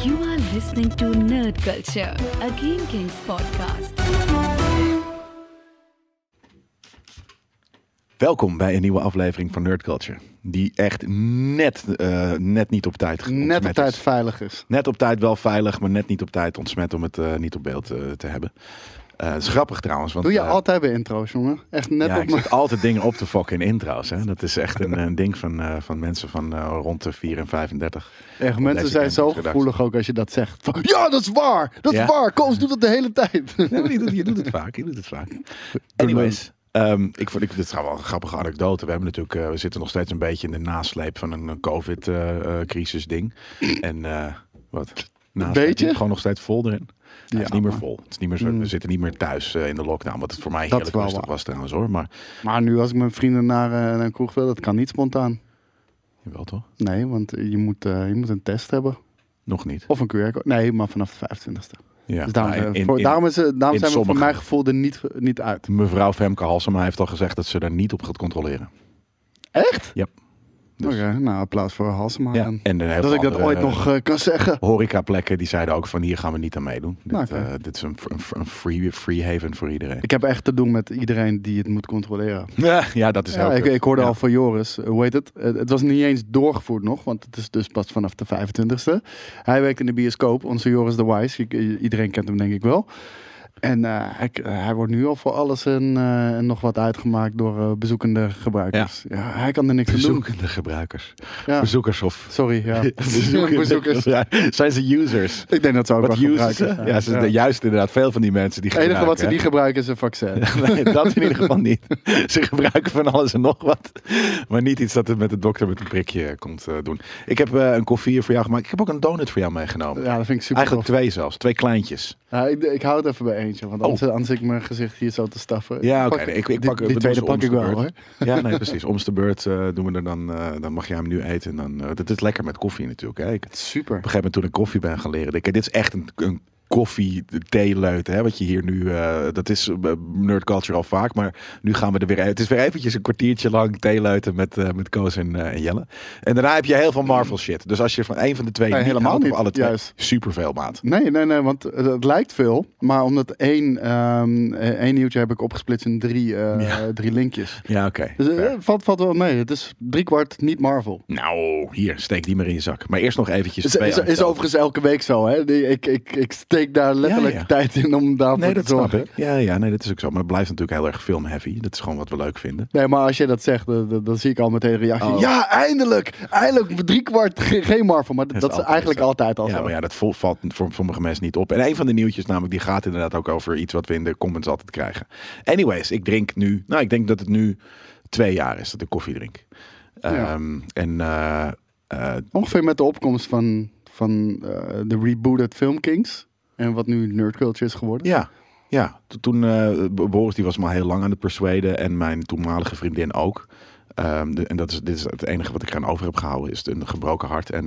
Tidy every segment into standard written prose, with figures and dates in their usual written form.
You are listening to Nerd Culture, a Game Kings podcast. Welkom bij een nieuwe aflevering van Nerd Culture. Die echt net niet op tijd net op tijd veilig is. Net op tijd wel veilig, maar net niet op tijd ontsmet om het niet op beeld te hebben. Het is grappig trouwens. Want, doe je altijd bij intro's, jongen? Echt net ja, op ik zit altijd dingen op te fokken in intro's. Hè. Dat is echt een ding van mensen van rond de 4 en 35. Echt, mensen zijn zo gevoelig ook als je dat zegt. Van, ja, dat is waar! Dat is waar! Koos doet het de hele tijd. Nee, je doet het vaak. Anyways. Ik vond dit is wel een grappige anekdote. We hebben natuurlijk, we zitten nog steeds een beetje in de nasleep van een COVID-crisis ding. En wat? Beetje? Gewoon nog steeds vol erin. Ja, het is niet meer maar- vol. Het is niet meer zo, we zitten niet meer thuis in de lockdown. Wat het voor mij heerlijk wel rustig waar. was trouwens hoor. Maar Maar nu als ik met vrienden naar een kroeg wil, dat kan niet spontaan. jawel toch? Nee, want je moet een test hebben. Nog niet. Of een QR-code. Nee, maar vanaf de 25e. Ja, Dus daarom, maar daarom zijn we voor sommige- mijn gevoel er niet uit. Mevrouw Femke Halsema heeft al gezegd dat ze daar niet op gaat controleren. Echt? Ja. Dus, Oké, nou applaus voor Halsema. ja. dan. En er heel Dat veel ik dat andere, ooit nog kan zeggen. horecaplekken die zeiden ook van hier gaan we niet aan meedoen. Nou, oké. Dit is een free haven voor iedereen. Ik heb echt te doen met iedereen die het moet controleren. Ja, dat is Ja, ook. ik hoorde ja. al van Joris, hoe heet het? Het was niet eens doorgevoerd nog, want het is dus pas vanaf de 25e. Hij werkt in de bioscoop, onze Joris de Wise. Iedereen kent hem denk ik wel. En hij wordt nu al voor alles en nog wat uitgemaakt door bezoekende gebruikers. Ja, hij kan er niks aan doen. Bezoekende gebruikers. Ja. Bezoekers of... Sorry, ja. Bezoekers. Ja, zijn ze users? Ik denk dat ze ook Wat wel users gebruikers ze? zijn. Ja, ze zijn juist inderdaad veel van die mensen die Het enige wat ze gebruiken, niet gebruiken is een vaccin. hè? Nee, dat in ieder geval niet. Ze gebruiken van alles en nog wat. Maar niet iets dat het met de dokter met een prikje komt doen. Ik heb een koffie voor jou gemaakt. Ik heb ook een donut voor jou meegenomen. Ja, dat vind ik super Eigenlijk tof. 2 zelfs. 2 kleintjes. Ja, ik hou het even bij eentje, want anders ik mijn gezicht hier zo te staffen. Ja, oké. Pak- Nee, ik die pak die tweede pak ik wel hoor. Ja, nee, precies. Om de beurt doen we er dan mag jij hem nu eten. En dan, het is lekker met koffie natuurlijk. Hè. Op Super. een gegeven moment toen ik koffie ben gaan leren. Dit is echt een koffie, theeleut, hè, wat je hier nu, dat is Nerd Culture al vaak, maar nu gaan we er weer, het is weer eventjes een kwartiertje lang theeleuten met Koos en Jelle. En daarna heb je heel veel Marvel shit. Dus als je van een van de twee Nee, niet helemaal houdt, of niet, alle twee, juist. superveel maat. Nee, want het lijkt veel. Maar omdat één nieuwtje heb ik opgesplitst in drie linkjes. Ja, oké. Dus Fair. valt wel mee. Het is 3/4 niet Marvel. Nou, hier, steek die maar in je zak. Maar eerst nog eventjes Is overigens elke week zo. Hè? Ik steek daar letterlijk Ja. tijd in om daarvoor Nee, te dat snap zorgen. ik. Ja, nee, dat is ook zo. Maar het blijft natuurlijk heel erg film-heavy. Dat is gewoon wat we leuk vinden. Nee, maar als je dat zegt, dan zie ik al meteen een reactie. Oh. Ja, eindelijk 3/4 geen Marvel. Maar dat is altijd eigenlijk zo. altijd al Ja, zo. maar ja, dat valt voor sommige mensen niet op. En een van de nieuwtjes namelijk, die gaat inderdaad ook over iets wat we in de comments altijd krijgen. Anyways, ik drink nu, ik denk dat het nu 2 jaar is dat ik koffie drink. Ja. Ongeveer met de opkomst van de rebooted Film Kings. En wat nu Nerd Culture is geworden. Ja. Toen Boris die was me al heel lang aan het persuaden en mijn toenmalige vriendin ook. En dit is het enige wat ik eraan over heb gehouden, is een gebroken hart en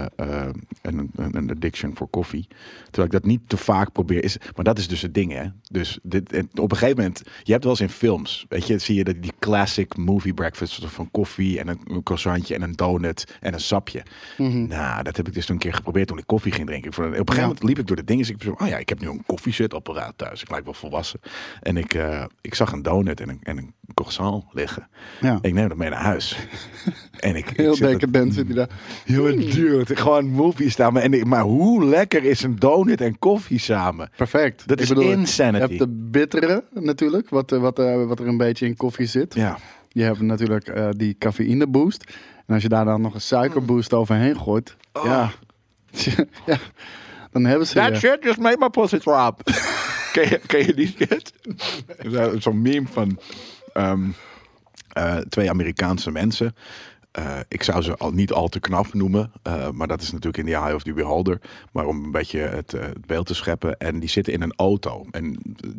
een addiction voor koffie. Terwijl ik dat niet te vaak probeer. Maar dat is dus het ding, hè. Dus op een gegeven moment, je hebt wel eens in films, weet je, zie je dat die classic movie breakfast van koffie en een croissantje en een donut en een sapje. Nou, dat heb ik dus toen een keer geprobeerd toen ik koffie ging drinken. Op een gegeven moment liep ik door de dingen. Dus ik ik heb nu een koffiezetapparaat thuis. Ik lijk wel volwassen. En ik zag een donut en een croissant liggen. Ja. Ik neem dat mee naar huis. En Heel decadent zit hij daar. dude, gewoon movies staan. Maar hoe lekker is een donut en koffie samen? Perfect. Dat is Je insanity. hebt de bittere natuurlijk, wat er een beetje in koffie zit. Ja. Je hebt natuurlijk die cafeïne boost. En als je daar dan nog een suikerboost overheen gooit. Ja. Ja. Dan hebben ze That je. shit just made my pussy throb. Ken je die shit? Zo'n meme van 2 Amerikaanse mensen. Ik zou ze niet al te knap noemen. Maar dat is natuurlijk in the eye of the beholder. Maar om een beetje het beeld te scheppen. En die zitten in een auto. En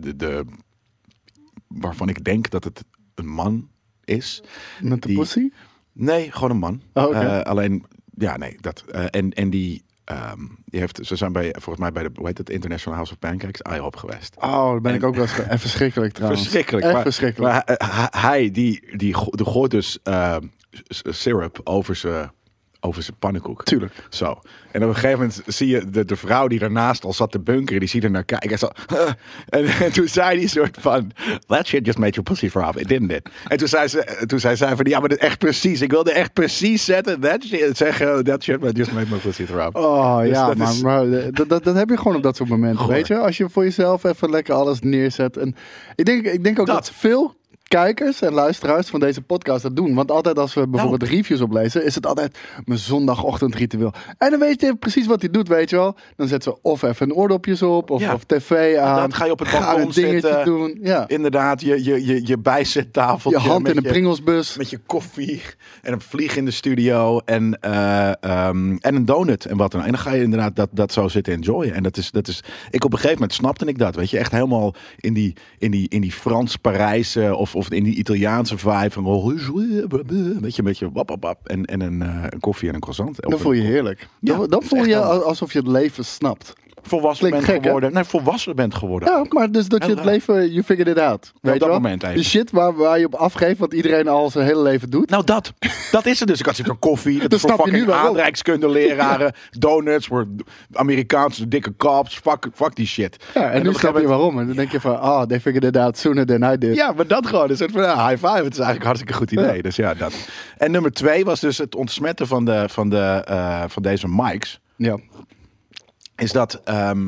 waarvan ik denk dat het een man is. Met de die- pussy? Nee, gewoon een man. Oh, oké. Alleen, ja, nee, dat. En die heeft, ze zijn volgens mij bij de, hoe heet het, International House of Pancakes, IHOP geweest. Oh, daar ben ik ook wel eens. En verschrikkelijk trouwens. Verschrikkelijk. Echt verschrikkelijk. Maar hij, die gooit dus syrup over over zijn pannenkoek. Tuurlijk. Zo. En op een gegeven moment zie je de vrouw die daarnaast al zat te bunkeren, die ziet er naar kijken. En, zo, en toen zei die soort van, that shit just made your pussy throb, it didn't it? En toen zei zij van, ja, maar dit echt precies. Ik wilde echt precies zetten, that shit just made my pussy throb. Oh Dus ja, dat is- maar dat heb je gewoon op dat soort momenten, Goor. weet je? Als je voor jezelf even lekker alles neerzet. En ik denk ook dat veel kijkers en luisteraars van deze podcast dat doen. Want altijd als we bijvoorbeeld reviews oplezen, is het altijd mijn zondagochtendritueel. En dan weet je precies wat hij doet, weet je wel. Dan zet ze of even een oordopjes op, of tv aan. Dan ga je op het Ga balkon een dingetje zitten. doen. Ja. Inderdaad, je bijzettafeltje. Je hand met in een Pringelsbus. Met je koffie en een vlieg in de studio en een donut en wat dan. En dan ga je inderdaad dat zo zitten enjoyen. En dat is. Ik op een gegeven moment snapte ik dat. Weet je, echt helemaal in die Frans-Parijse of in die Italiaanse vibe van weet je, een beetje wap en een koffie en een croissant. Dan voel je heerlijk. Ja, Dan dat is voel echt je wel- alsof je het leven snapt. volwassen Klinkt bent gek, hè? geworden. Nee, volwassen bent geworden. Ja, maar dus dat je het leven, you figured it out. Weet je dat wel? moment even. De shit waar je op afgeeft, wat iedereen al zijn hele leven doet. Nou, dat is het dus. Ik had zitten koffie, dat Dan is voor snap je nu fucking waarom. aardrijkskundeleraren, donuts voor Amerikaanse dikke cops, fuck die shit. Ja, en nu snap je waarom. En dan denk je van, they figured it out sooner than I did. Ja, maar dat gewoon. Dus van, high five. Het is eigenlijk een hartstikke goed idee. Ja. Dus ja, dat. En nummer 2 was dus het ontsmetten van deze mics. Ja. Is dat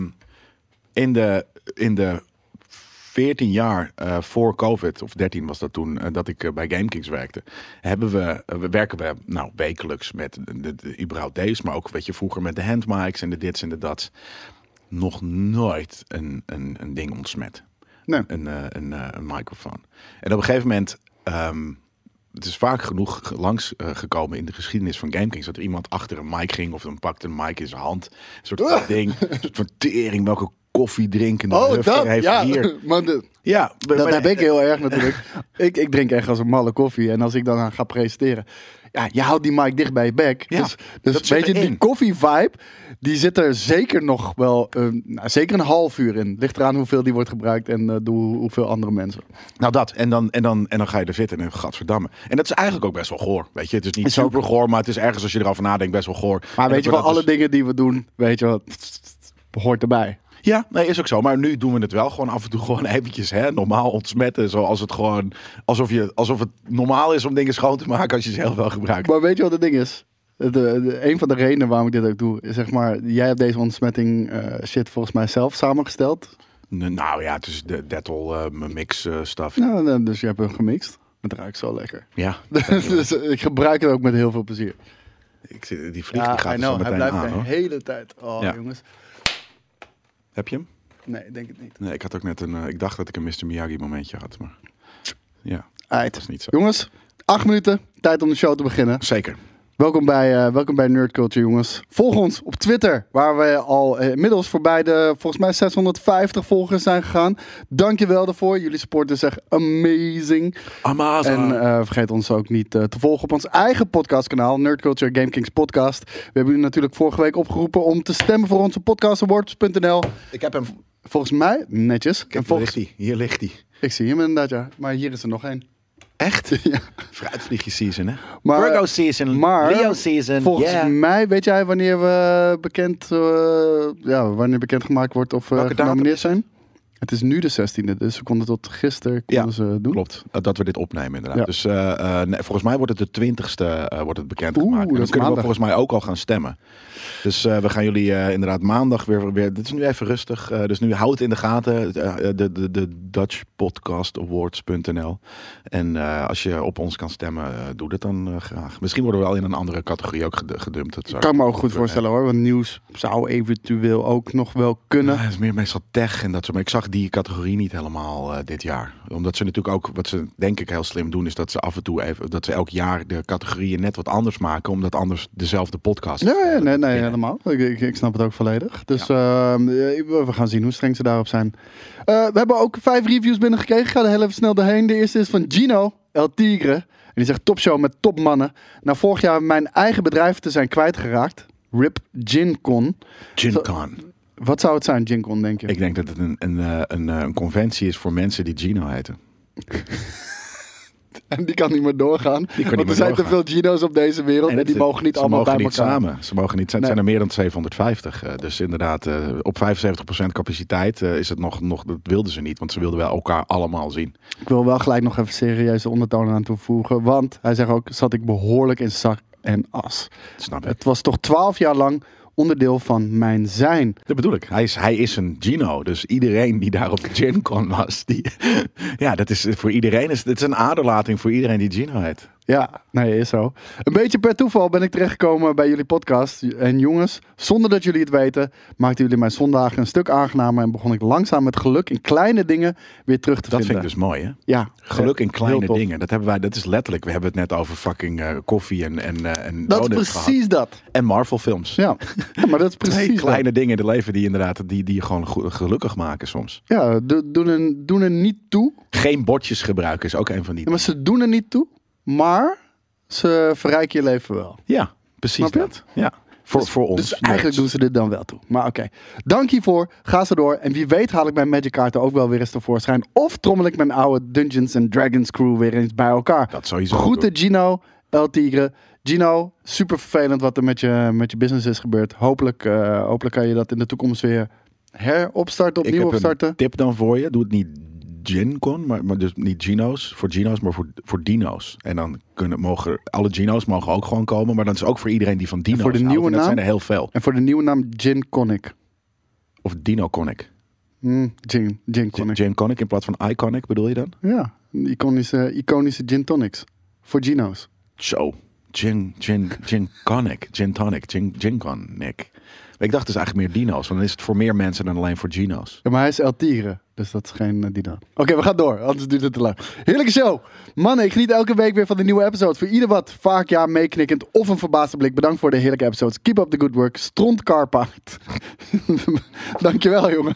in de 14 jaar voor COVID, of 13 was dat toen, dat ik bij GameKings werkte, werken we nou wekelijks met überhaupt deze, maar ook weet je, vroeger met de handmics en de dits en de dats. Nog nooit een ding ontsmet. Nee. Een microfoon. En op een gegeven moment, het is vaak genoeg langs gekomen in de geschiedenis van GameKings dat er iemand achter een mic ging of dan pakte een mic in zijn hand. Een soort van ding, een soort van tering, welke koffie drinkende hufter heeft hier. Maar Ja, dat heb ik heel erg natuurlijk. Ik drink echt als een malle koffie. En als ik dan aan ga presenteren. Ja, je houdt die mic dicht bij je bek. Ja, dus dat weet zit je, die erin. koffie vibe, die zit er zeker nog wel, zeker een half uur in. Ligt eraan hoeveel die wordt gebruikt en door hoeveel andere mensen. Nou dat, en dan ga je er zitten en gadverdamme. En dat is eigenlijk ook best wel goor, weet je. Het is niet Is ook- super goor, maar het is ergens als je erover nadenkt best wel goor. Maar En weet je dat wel, we alle dat dingen die we doen, weet je wel, hoort erbij. Ja, nee, is ook zo. Maar nu doen we het wel gewoon af en toe gewoon eventjes normaal ontsmetten. Zoals het gewoon, alsof het normaal is om dingen schoon te maken als je ze zelf wel gebruikt. Maar weet je wat het ding is? Een van de redenen waarom ik dit ook doe, is zeg maar, jij hebt deze ontsmetting shit volgens mij zelf samengesteld. Nou ja, het is de Dettol mix stuff. Nou, dus je hebt hem gemixt. Het ruikt zo lekker. Ja, Dus ik gebruik het ook met heel veel plezier. die vlieg die gaat er zo hij meteen blijft aan, de hoor. hele tijd. Oh, Ja. jongens. Heb je hem? Nee, ik denk het niet. Nee, ik had ook net ik dacht dat ik een Mr. Miyagi momentje had, maar ja, Aight. dat is niet zo. Jongens, 8 minuten. Tijd om de show te beginnen. Zeker. Welkom bij Nerd Culture, jongens. Volg ons op Twitter, waar we al inmiddels voorbij de volgens mij 650 volgers zijn gegaan. Dankjewel daarvoor. Jullie support is echt amazing. Amazon. En vergeet ons ook niet te volgen op ons eigen podcastkanaal, Nerd Culture Game Kings Podcast. We hebben jullie natuurlijk vorige week opgeroepen om te stemmen voor onze podcastawards.nl. Ik heb hem. Volgens mij netjes. Kijk, hier ligt hij. Hier ligt hij. Ik zie hem inderdaad, ja. Maar hier is er nog één. Echt? Ja. Fruitvliegje season, hè? Maar- Virgo season. Maar Leo season. volgens yeah. mij, weet jij wanneer we wanneer bekend gemaakt wordt of we Welke datum genomineerd is het? zijn? Het is nu de 16e, dus we konden tot gisteren ze doen. Klopt, dat we dit opnemen inderdaad. Ja. Dus nee, volgens mij wordt het de 20ste wordt het bekendgemaakt. En dat dan is kunnen we maandag. volgens mij ook al gaan stemmen. Dus we gaan jullie inderdaad maandag weer... Dit is nu even rustig. Dus nu houd het in de gaten. De Dutch Podcast Awards.nl. En als je op ons kan stemmen, doe dat dan graag. Misschien worden we wel in een andere categorie ook gedumpt. Dat zou Kan ik me ook goed voorstellen hoor, want nieuws zou eventueel ook nog wel kunnen. Ja, het is meer meestal tech en dat soort. Maar ik zag die categorie niet helemaal dit jaar. Omdat ze natuurlijk ook, wat ze denk ik heel slim doen, is dat ze af en toe even, dat ze elk jaar de categorieën net wat anders maken, omdat anders dezelfde podcast. Ja, nee, helemaal. Ik snap het ook volledig. Dus we gaan zien hoe streng ze daarop zijn. We hebben ook 5 reviews binnengekregen. Ik ga er heel even snel doorheen. De eerste is van Gino El Tigre. En die zegt topshow met topmannen. Na vorig jaar mijn eigen bedrijf te zijn kwijtgeraakt. RIP GinCon. GinCon. Wat zou het zijn, GinCon, denk je? Ik denk dat het een conventie is voor mensen die Gino heten. En die kan niet meer doorgaan. Want er zijn te veel Gino's op deze wereld. En die mogen niet allemaal bij elkaar. Samen. Ze mogen niet. Het zijn er meer dan 750. Dus inderdaad, op 75% capaciteit is het nog. Dat wilden ze niet. Want ze wilden wel elkaar allemaal zien. Ik wil wel gelijk nog even serieuze ondertonen aan toevoegen. Want hij zegt ook, zat ik behoorlijk in zak en as. Snap ik. Het was toch 12 jaar lang onderdeel van mijn zijn. Dat bedoel ik. Hij is een Gino. Dus iedereen die daar op de GenCon was. Ja, dat is voor iedereen. Het is een aderlating voor iedereen die Gino heet. Ja, nee, is zo. Een beetje per toeval ben ik terechtgekomen bij jullie podcast. En jongens, zonder dat jullie het weten, maakten jullie mijn zondagen een stuk aangenamer. En begon ik langzaam met geluk in kleine dingen weer terug te vinden. Dat vind ik dus mooi, hè? Ja. Geluk in kleine dingen. Dat is letterlijk. We hebben het net over fucking koffie en dat is precies gehad. dat. En Marvel films. Ja, maar dat is precies Twee kleine dat. dingen in het leven die inderdaad die je gewoon gelukkig maken soms. Ja, doen er niet toe. Geen bordjes gebruiken is ook een van die Ja, maar ze doen er niet toe. Maar ze verrijken je leven wel. Ja, precies Snap je? dat. Ja. Voor ons. Dus eigenlijk doen ze dit dan wel toe. Maar oké. Dank hiervoor. Ga zo door. En wie weet haal ik mijn Magic kaarten ook wel weer eens tevoorschijn. Of trommel ik mijn oude Dungeons and Dragons crew weer eens bij elkaar. Dat sowieso. Groeten Gino, El Tigre. Gino, super vervelend wat er met je business is gebeurd. Hopelijk kan je dat in de toekomst weer opnieuw opstarten. Een tip dan voor je. Doe het niet GenCon, maar dus niet Gino's voor Gino's, maar voor Dino's. En dan mogen alle Gino's mogen ook gewoon komen, maar dat is ook voor iedereen die van Dino's voor de houdt. nieuwe En dat naam? zijn er heel veel. En voor de nieuwe naam Gin Conic. Of Dino-Conic. Gin Conic. GenConic in plaats van Iconic, bedoel je dan? Ja, iconische gin tonics. Voor Gino's. Zo. Gin-Conic. Gin-Conic. Ik dacht dus eigenlijk meer Dino's, want dan is het voor meer mensen dan alleen voor Gino's. Ja, maar hij is El Tigre, dus dat is geen Dino. Oké, we gaan door, anders duurt het te lang. Heerlijke show. Mannen, ik geniet elke week weer van de nieuwe episodes. Voor ieder wat, vaak ja, meeknikkend of een verbaasde blik. Bedankt voor de heerlijke episodes. Keep up the good work. Stront Carpaard. Dankjewel, jongen.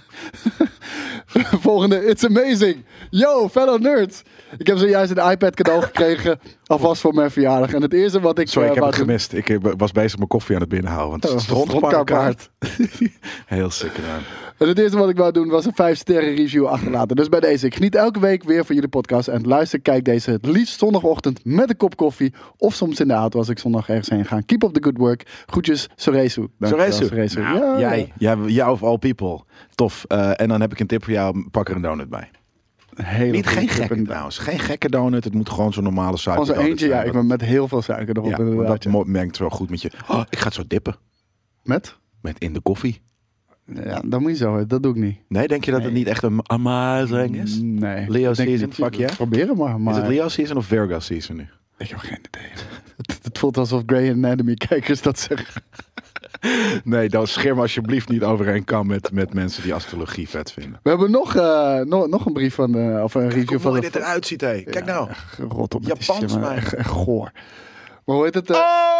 Volgende, it's amazing. Yo, fellow nerds. Ik heb zojuist een iPad cadeau gekregen, alvast voor mijn verjaardag. En het eerste wat ik... Sorry, ik heb het gemist. Ik was bezig mijn koffie aan het binnenhouden. Want Strontcarpaard. Heel sick gedaan. En het eerste wat ik wou doen was een 5-sterren review achterlaten. Dus bij deze, ik geniet elke week weer van jullie podcast. En kijk deze het liefst zondagochtend met een kop koffie. Of soms in de auto als ik zondag ergens heen ga. Keep up the good work. Groetjes, Soresu. Soresu. Nou, jij of all people. Tof. En dan heb ik een tip voor jou. Pak er een donut bij. Geen gekke trouwens. Geen gekke donut. Het moet gewoon zo'n normale suiker. Gewoon zo eentje, ja. Ik ben met heel veel suiker erop. Ja, dat mengt wel goed met je. Oh, ik ga het zo dippen. Met in de koffie. Ja, dat moet je zo. Dat doe ik niet. Nee, denk je dat het niet echt een amazing is? Nee. Leo season, fuck yeah? Proberen maar. Is het Leo season of Virgo season nu? Ik heb geen idee. Het voelt alsof Grey Anatomy kijkers dat zeggen. Nee, dan scherm alsjeblieft niet overeen kan met mensen die astrologie vet vinden. We hebben nog een brief van, of een review van... Hoe dit eruit ziet, hé. Kijk nou. Rot op. Japans, man. Echt goor. Maar hoe heet het?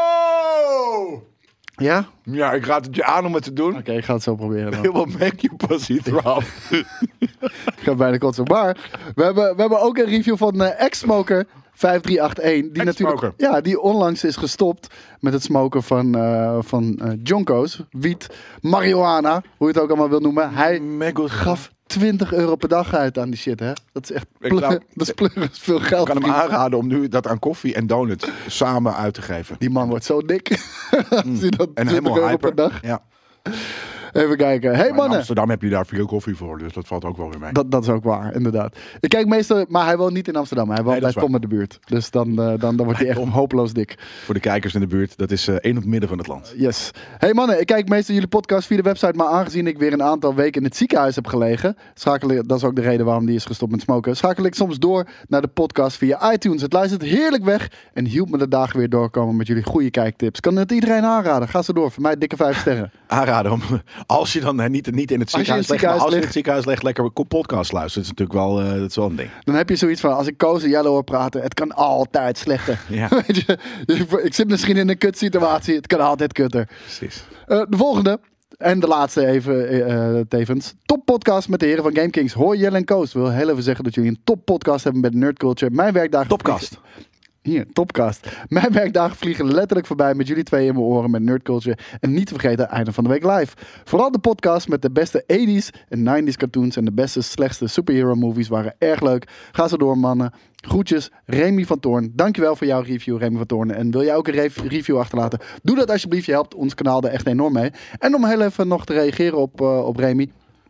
Oh! Ja? Ja, ik raad het je aan om het te doen. Oké, ik ga het zo proberen dan. It will make you pussy throb. Ik ga bijna kotsen. Maar we hebben ook een review van Ex-Smoker 5381. Die onlangs is gestopt met het smoken van jonko's, wiet, marihuana, hoe je het ook allemaal wil noemen. Hij gaf €20 per dag uit aan die shit, hè? Dat is echt dat is veel geld. Ik kan hem aanraden om nu dat aan koffie en donuts samen uit te geven. Die man wordt zo dik. Zie dat en helemaal €20 hyper. per dag. Ja. Even kijken. Hey mannen. In Amsterdam heb je daar veel koffie voor, dus dat valt ook wel weer mee. Dat is ook waar, inderdaad. Ik kijk meestal, maar hij woont niet in Amsterdam. Hij woont bij Tom in de buurt. Dus dan wordt hij echt hopeloos dik. Voor de kijkers in de buurt, dat is in het midden van het land. Yes. Hey mannen, ik kijk meestal jullie podcast via de website. Maar aangezien ik weer een aantal weken in het ziekenhuis heb gelegen, dat is ook de reden waarom die is gestopt met smoken, schakel ik soms door naar de podcast via iTunes. Het luistert heerlijk weg en hielp me de dagen weer doorkomen met jullie goede kijktips. Kan het iedereen aanraden? Ga zo door. Voor mij dikke 5 sterren. Aanraden om, als je dan niet in het ziekenhuis ligt, maar als je in het ziekenhuis ligt, lekker podcast luisteren. Dat is natuurlijk wel, dat is wel een ding. Dan heb je zoiets van, als ik Koos en Jelle hoor praten, het kan altijd slechter. Ja. Weet je, ik zit misschien in een kutsituatie, het kan altijd kutter. Precies. De volgende, en de laatste even tevens. Top podcast met de heren van GameKings. Hoi Jelle en Koos. Ik wil heel even zeggen dat jullie een top podcast hebben met Nerd Culture. Mijn werkdagen... Topcast. Hier, topcast. Mijn werkdagen vliegen letterlijk voorbij met jullie twee in mijn oren met Nerd Culture. En niet te vergeten, einde van de week live. Vooral de podcast met de beste 80s en 90s cartoons en de beste, slechtste superhero movies waren erg leuk. Ga zo door, mannen. Groetjes, Remy van Toorn. Dankjewel voor jouw review, Remy van Toorn. En wil jij ook een review achterlaten? Doe dat alsjeblieft. Je helpt ons kanaal er echt enorm mee. En om heel even nog te reageren op Remy.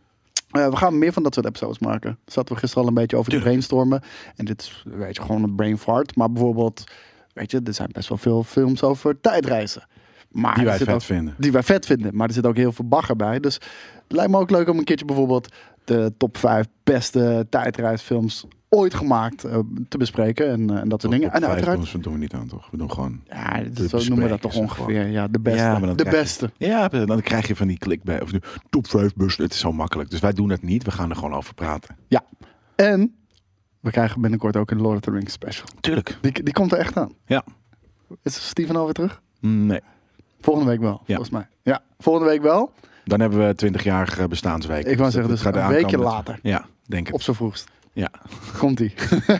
We gaan meer van dat soort episodes maken. Daar zaten we gisteren al een beetje over te brainstormen. En dit is, weet je, gewoon een brain fart. Maar bijvoorbeeld, weet je, er zijn best wel veel films over tijdreizen. Maar Die wij vet vinden. Die wij vet vinden. Maar er zit ook heel veel bagger bij. Dus het lijkt me ook leuk om een keertje bijvoorbeeld de top 5 beste tijdreisfilms ooit gemaakt te bespreken. En dat soort dingen. En uiteraard... Dat doen we niet aan, toch? We doen gewoon... Ja, zo noemen we dat toch ongeveer. Ja, de beste. Ja, maar de beste. Dan krijg je van die klik bij. Of nu, top 5 beste. Het is zo makkelijk. Dus wij doen het niet. We gaan er gewoon over praten. Ja. En we krijgen binnenkort ook een Lord of the Rings special. Tuurlijk. Die komt er echt aan. Ja. Is Steven alweer terug? Nee. Volgende week wel, volgens mij. Ja, volgende week wel. Dan hebben we 20-jarige bestaansweek. Ik wou zeggen, dus een weekje later. Ja, denk ik. Op z'n vroegst. Ja. Komt-ie.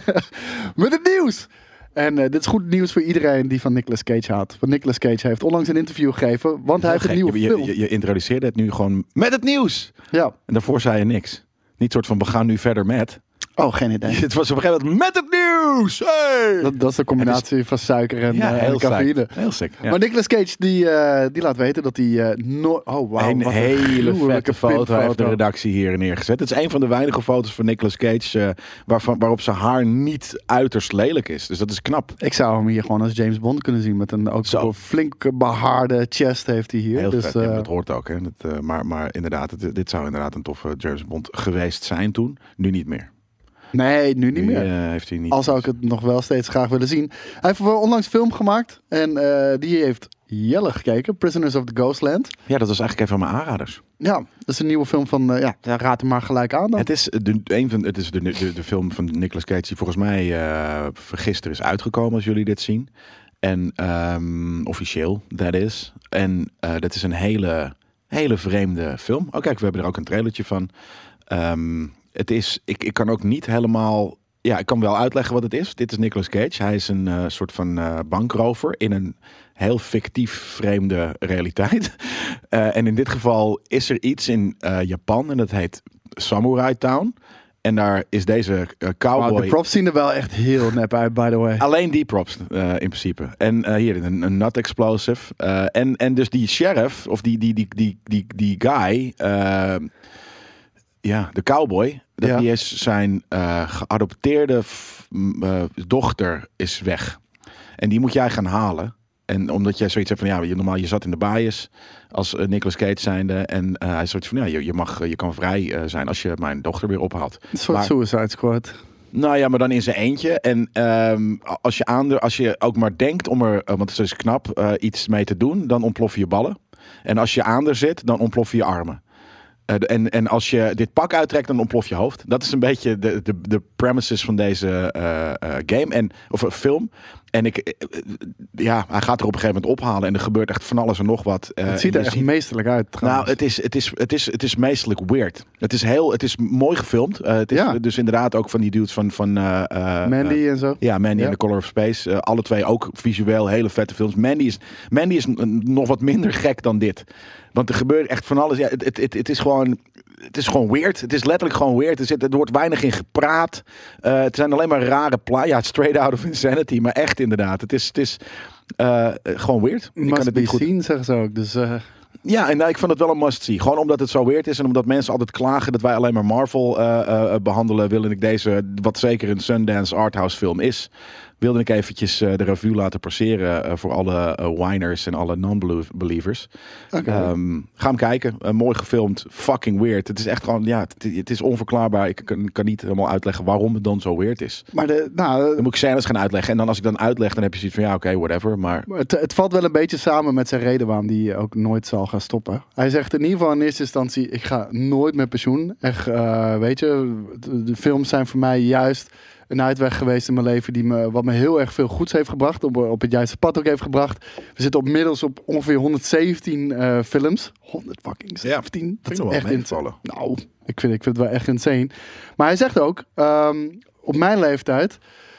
Met het nieuws! En dit is goed nieuws voor iedereen die van Nicolas Cage houdt. Want Nicolas Cage heeft onlangs een interview gegeven, want hij heeft een nieuwe film. Je introduceerde het nu gewoon met het nieuws. Ja. En daarvoor zei je niks. Niet soort van, we gaan nu verder met... Oh, geen idee. Het was op een gegeven moment met het nieuws! Hey! Dat is de combinatie van suiker en heel cafeïne. Heel sick. Ja. Maar Nicolas Cage die laat weten dat hij oh wow, een hele vette foto pinfoto heeft de redactie hier neergezet. Het is een van de weinige foto's van Nicolas Cage waarop zijn haar niet uiterst lelijk is. Dus dat is knap. Ik zou hem hier gewoon als James Bond kunnen zien. Met een ook zo flink behaarde chest heeft hij hier. Heel dus, vet, ja, dat hoort ook. Hè. Maar inderdaad, dit zou inderdaad een toffe James Bond geweest zijn toen. Nu niet meer. Nee, nu niet meer. Heeft hij niet. Al zou ik het nog wel steeds graag willen zien. Hij heeft onlangs een film gemaakt. En die heeft Jelle gekeken. Prisoners of the Ghostland. Ja, dat was eigenlijk een van mijn aanraders. Ja, dat is een nieuwe film van... raad hem maar gelijk aan dan. Het is de film van Nicolas Cage die volgens mij gisteren is uitgekomen als jullie dit zien. En officieel, dat is. En dat is een hele vreemde film. Oh kijk, we hebben er ook een trailertje van. Het is, ik kan ook niet helemaal... Ja, ik kan wel uitleggen wat het is. Dit is Nicolas Cage. Hij is een soort van bankrover in een heel fictief vreemde realiteit. En in dit geval is er iets in Japan en dat heet Samurai Town. En daar is deze cowboy... Wow, de props zien er wel echt heel nep uit, by the way. Alleen die props, in principe. En hier, een nut explosive. En dus die sheriff, of die guy... ja, de cowboy. Die is zijn geadopteerde dochter is weg. En die moet jij gaan halen. En omdat jij zoiets hebt van, ja, je zat in de bias als Nicolas Cage zijnde. En hij soort van, ja, je kan vrij zijn als je mijn dochter weer ophaalt. Een soort Suicide Squad. Nou ja, maar dan in zijn eentje. En als je ook maar denkt om er, want het is knap, iets mee te doen, dan ontploffen je ballen. En als je aan er zit, dan ontploffen je armen. En als je dit pak uittrekt, dan ontplof je hoofd. Dat is een beetje de premises van deze game of film. En hij gaat er op een gegeven moment ophalen en er gebeurt echt van alles en nog wat. Het ziet er echt meesterlijk uit. Trouwens. Nou, het is meestelijk weird. Het is mooi gefilmd. Dus inderdaad ook van die dudes van Mandy en zo. Ja, Mandy en The Color of Space. Alle twee ook visueel hele vette films. Mandy is nog wat minder gek dan dit. Want er gebeurt echt van alles. Ja, het is gewoon weird. Het is letterlijk gewoon weird. Er wordt weinig in gepraat. Het zijn alleen maar rare Ja, straight out of insanity. Maar echt inderdaad. Het is gewoon weird. Ik kan het niet goed zien, zeggen ze ook. Dus... Ja, en ik vond het wel een must-see. Gewoon omdat het zo weird is en omdat mensen altijd klagen dat wij alleen maar Marvel behandelen, wilde ik deze, wat zeker een Sundance arthouse film is, wilde ik eventjes de revue laten passeren voor alle whiners en alle non-believers. Okay. Ga hem kijken. Mooi gefilmd. Fucking weird. Het is echt gewoon, het is onverklaarbaar. Ik kan niet helemaal uitleggen waarom het dan zo weird is. Maar dan moet ik scènes gaan uitleggen. En dan als ik dan uitleg, dan heb je zoiets van, oké, whatever. Maar het valt wel een beetje samen met zijn reden waarom hij ook nooit zal gaan stoppen. Hij zegt in ieder geval in eerste instantie, ik ga nooit met pensioen. Echt, weet je, de films zijn voor mij juist een uitweg geweest in mijn leven wat me heel erg veel goeds heeft gebracht. Op het juiste pad ook heeft gebracht. We zitten inmiddels op ongeveer 117 films. 117? Ja, dat is echt insane. Nou, ik vind het wel echt insane. Maar hij zegt ook, op mijn leeftijd,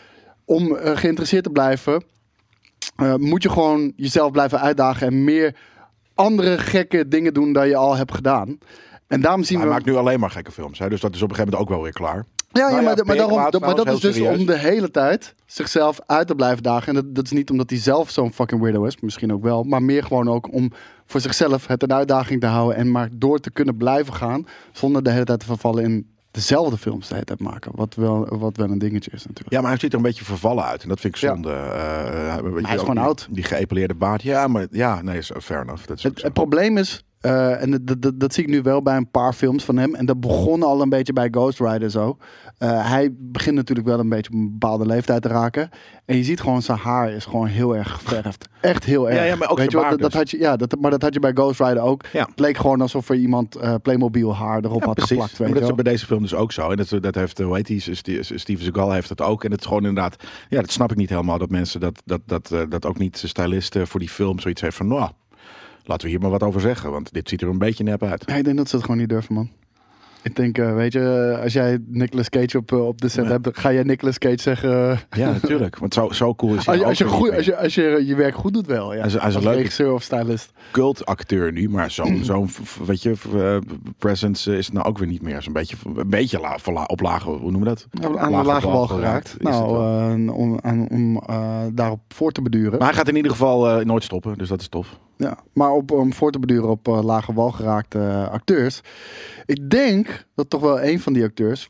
om geïnteresseerd te blijven, moet je gewoon jezelf blijven uitdagen en meer andere gekke dingen doen dan je al hebt gedaan. En daarom zien Hij we... maakt nu alleen maar gekke films. Hè? Dus dat is op een gegeven moment ook wel weer klaar. Ja, Nou ja, maar dat is dus serieus. om de hele tijd zichzelf uit te blijven dagen. En dat is niet omdat hij zelf zo'n fucking weirdo is, misschien ook wel. Maar meer gewoon ook om voor zichzelf het een uitdaging te houden. En maar door te kunnen blijven gaan. Zonder de hele tijd te vervallen in dezelfde films de hele tijd maken. Wat wel een dingetje is natuurlijk. Ja, maar hij ziet er een beetje vervallen uit. En dat vind ik zonde. Hij is gewoon oud. Die geëpileerde baard. Ja, maar nee, fair enough. Dat is Het probleem is, en dat zie ik nu wel bij een paar films van hem. En dat begon al een beetje bij Ghost Rider zo. Hij begint natuurlijk wel een beetje op een bepaalde leeftijd te raken. En je ziet gewoon zijn haar is gewoon heel erg geverfd. Echt heel erg. Ja, maar ook weet je zijn wat, baard dat had je, maar dat had je bij Ghost Rider ook. Ja. Het leek gewoon alsof er iemand Playmobil haar erop had geplakt. Weet Maar je dat is wel. bij deze film dus ook zo. En dat heeft, hoe heet die, Steven Seagal heeft dat ook. En het is gewoon inderdaad, ja, dat snap ik niet helemaal. Dat mensen dat ook niet de stylist voor die film zoiets heeft van, nou, laten we hier maar wat over zeggen. Want dit ziet er een beetje nep uit. Ja, ik denk dat ze het gewoon niet durven, man. Ik denk, weet je, als jij Nicolas Cage op de set hebt, ga jij Nicolas Cage zeggen... Ja, natuurlijk. Want zo cool is hij als je je werk goed doet wel, ja. Hij is een als leuke regisseur of stylist. cultacteur nu, maar zo'n weet je, presence is het nou ook weer niet meer. Is een beetje op lage, hoe noemen we dat? Aan de lage wal geraakt. is het wel. Nou, om daarop voor te beduren. Maar hij gaat in ieder geval nooit stoppen, dus dat is tof. Ja, maar om voor te beduren op lage wal geraakte acteurs. Ik denk dat toch wel een van die acteurs,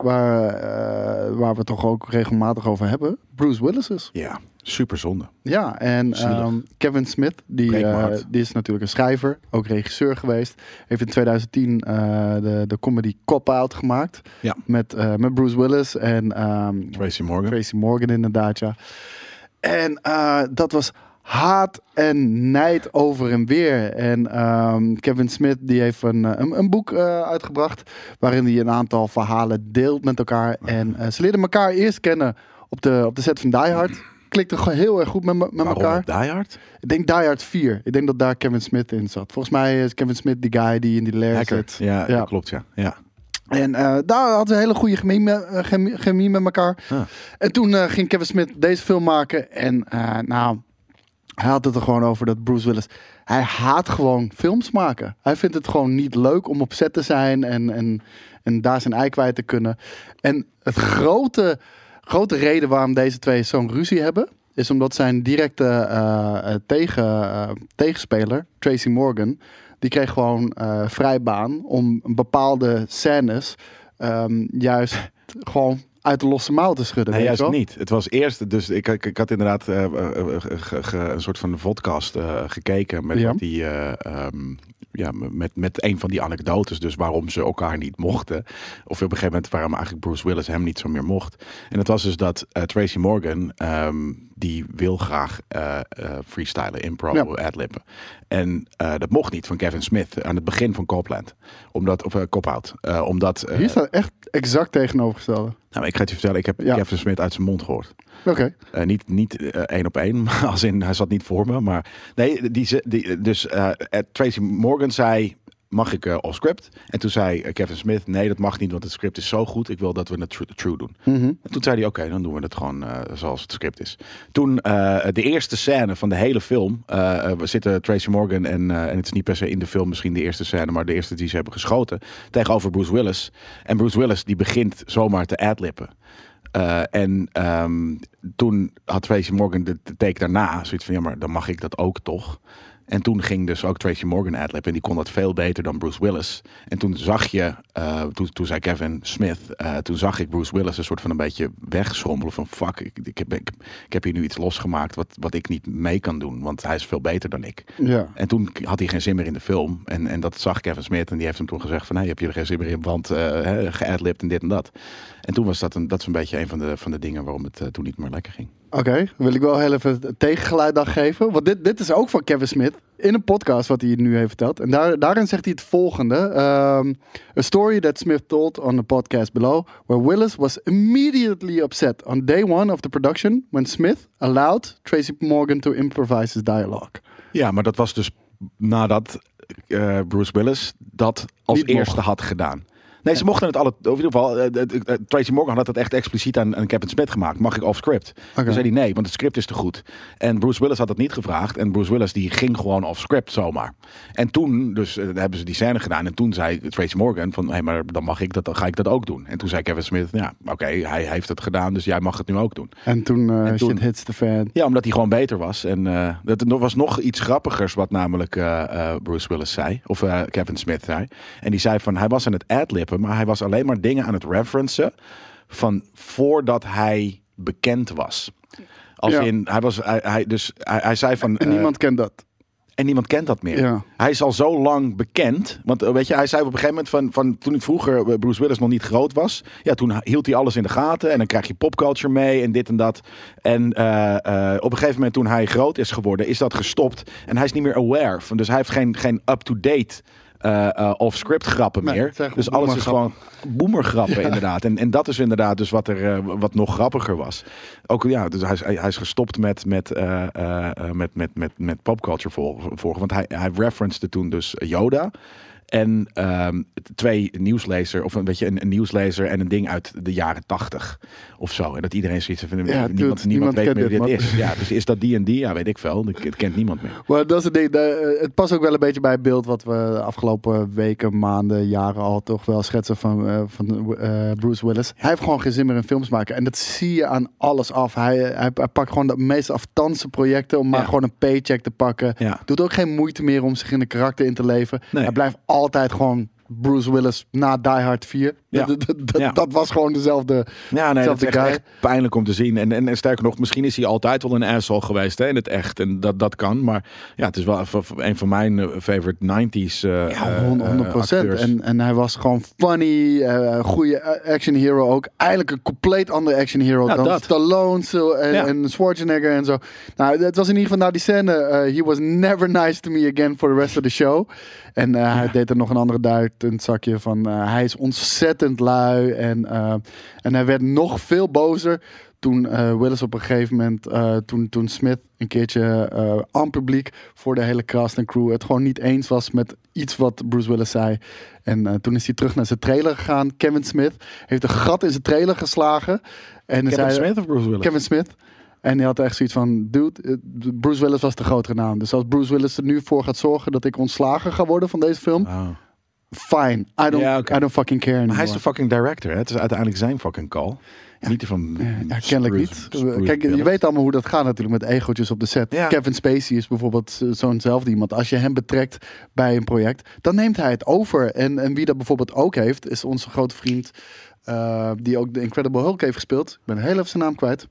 waar we het toch ook regelmatig over hebben, Bruce Willis is. Ja, super zonde. Ja, en Kevin Smith, die is natuurlijk een schrijver, ook regisseur geweest. Heeft in 2010 de comedy Cop Out gemaakt. Ja. Met Bruce Willis en Tracy Morgan inderdaad, ja. En dat was haat en nijd over en weer. En Kevin Smith die heeft een boek uitgebracht waarin hij een aantal verhalen deelt met elkaar. En ze leerden elkaar eerst kennen op de set van Die Hard. Klikte gewoon heel erg goed met elkaar. Die Hard? Ik denk Die Hard 4. Ik denk dat daar Kevin Smith in zat. Volgens mij is Kevin Smith die guy die in die lair zit. Ja, dat klopt, ja. En daar hadden ze een hele goede chemie met elkaar. Ah. En toen ging Kevin Smith deze film maken. En hij had het er gewoon over dat Bruce Willis... Hij haat gewoon films maken. Hij vindt het gewoon niet leuk om op set te zijn en daar zijn ei kwijt te kunnen. En het grote reden waarom deze twee zo'n ruzie hebben... is omdat zijn directe tegenspeler, Tracy Morgan... die kreeg gewoon vrijbaan om bepaalde scènes juist gewoon uit de losse mouw te schudden. Nee, weet je juist wel? niet. Het was eerst, dus ik had inderdaad een soort van podcast gekeken met wat die, met een van die anekdotes, dus waarom ze elkaar niet mochten. Of op een gegeven moment waarom eigenlijk Bruce Willis hem niet zo meer mocht. En het was dus dat Tracy Morgan, die wil graag freestylen, improv, adlippen. En dat mocht niet van Kevin Smith aan het begin van Copland. Cop-Out. Hier staat echt exact tegenovergestelde. Nou, ik ga het je vertellen, ik heb Kevin Smith uit zijn mond gehoord. Oké. Niet 1 op 1, maar als in, hij zat niet voor me. Maar nee, Tracy Morgan zei, mag ik off script? En toen zei Kevin Smith, nee, dat mag niet, want het script is zo goed. Ik wil dat we het true doen. En toen zei hij, oké, dan doen we het gewoon zoals het script is. Toen de eerste scène van de hele film, we zitten Tracy Morgan en het is niet per se in de film misschien de eerste scène, maar de eerste die ze hebben geschoten, tegenover Bruce Willis. En Bruce Willis die begint zomaar te adlippen. Toen had Tracy Morgan de take daarna zoiets van, ja, maar dan mag ik dat ook toch? En toen ging dus ook Tracy Morgan adlib en die kon dat veel beter dan Bruce Willis. En toen zag je, toen zei Kevin Smith, toen zag ik Bruce Willis een soort van een beetje wegschommelen van fuck, ik heb hier nu iets losgemaakt wat ik niet mee kan doen, want hij is veel beter dan ik. Ja. En toen had hij geen zin meer in de film en dat zag Kevin Smith en die heeft hem toen gezegd van, hey, heb je er geen zin meer in, want geadlibbed en dit en dat. En toen was dat is een beetje een van de dingen waarom het toen niet meer lekker ging. Oké, wil ik wel heel even het tegengeluid dan geven. Want dit is ook van Kevin Smith in een podcast wat hij nu heeft verteld. En daarin zegt hij het volgende. A story that Smith told on the podcast below, where Willis was immediately upset on day one of the production when Smith allowed Tracy Morgan to improvise his dialogue. Ja, maar dat was dus nadat Bruce Willis dat als Niet eerste mocht. had gedaan. Nee, ze mochten het alle... Of in ieder geval, Tracy Morgan had het echt expliciet aan Kevin Smith gemaakt. Mag ik off-script? Toen zei hij nee, want het script is te goed. En Bruce Willis had het niet gevraagd. En Bruce Willis die ging gewoon off-script zomaar. En toen dus hebben ze die scène gedaan. En toen zei Tracy Morgan van... Hé, maar dan ga ik dat ook doen. En toen zei Kevin Smith... Ja, oké, hij heeft het gedaan, dus jij mag het nu ook doen. En toen shit hits the fan. Ja, omdat hij gewoon beter was. En er was nog iets grappigers wat namelijk Bruce Willis zei. Of Kevin Smith zei. En die zei van, hij was aan het adlippen, maar hij was alleen maar dingen aan het referencen van voordat hij bekend was. Als in, hij zei van... En niemand kent dat. En niemand kent dat meer. Ja. Hij is al zo lang bekend. Want weet je, hij zei op een gegeven moment van toen vroeger Bruce Willis nog niet groot was. Ja, toen hield hij alles in de gaten. En dan krijg je popculture mee en dit en dat. En op een gegeven moment toen hij groot is geworden, is dat gestopt. En hij is niet meer aware. Dus hij heeft geen up-to-date off-script grappen meer. Dus alles is gewoon boomergrappen inderdaad. En dat is inderdaad dus wat nog grappiger was. Ook ja, dus hij is gestopt met popculture volgen. Want hij referencede toen dus Yoda. En twee nieuwslezer, of een nieuwslezer en een ding uit de jaren 80 of zo. En dat iedereen zoiets van niemand weet meer wie dit is. Ja, dus is dat die en die? Ja, weet ik veel. Dat kent niemand meer. Maar dat is het ding. Het past ook wel een beetje bij het beeld wat we de afgelopen weken, maanden, jaren al toch wel schetsen van Bruce Willis. Hij heeft gewoon geen zin meer in films maken. En dat zie je aan alles af. Hij pakt gewoon de meest aftanse projecten om maar gewoon een paycheck te pakken. Ja. Doet ook geen moeite meer om zich in een karakter in te leven. Nee. Hij blijft altijd gewoon Bruce Willis na Die Hard 4. Ja. Dat was gewoon dezelfde. Ja, nee, dat is echt pijnlijk om te zien. En sterker nog, misschien is hij altijd wel een asshole geweest in het echt. En dat kan. Maar ja, het is wel een van mijn favorite 90s 100%. En hij was gewoon funny. Goede action hero ook. Eigenlijk een compleet andere action hero dan Stallone en Schwarzenegger en zo. Nou, het was in ieder geval na die scène. He was never nice to me again for the rest of the show. En hij deed er nog een andere duit in het zakje van hij is ontzettend lui en hij werd nog veel bozer toen Willis op een gegeven moment, toen Smith een keertje aan publiek voor de hele cast en crew het gewoon niet eens was met iets wat Bruce Willis zei. En toen is hij terug naar zijn trailer gegaan. Kevin Smith heeft een gat in zijn trailer geslagen. En Kevin Smith of Bruce Willis? Kevin Smith. En hij had echt zoiets van, dude, Bruce Willis was de grotere naam. Dus als Bruce Willis er nu voor gaat zorgen dat ik ontslagen ga worden van deze film, fine. I don't fucking care anymore. Maar hij is de fucking director, hè? Het is uiteindelijk zijn fucking call. Ja. Niet van kennelijk niet. Kijk, je weet allemaal hoe dat gaat natuurlijk met egootjes op de set. Ja. Kevin Spacey is bijvoorbeeld zo'nzelfde iemand. Als je hem betrekt bij een project, dan neemt hij het over. En wie dat bijvoorbeeld ook heeft, is onze grote vriend die ook de Incredible Hulk heeft gespeeld. Ik ben heel even zijn naam kwijt.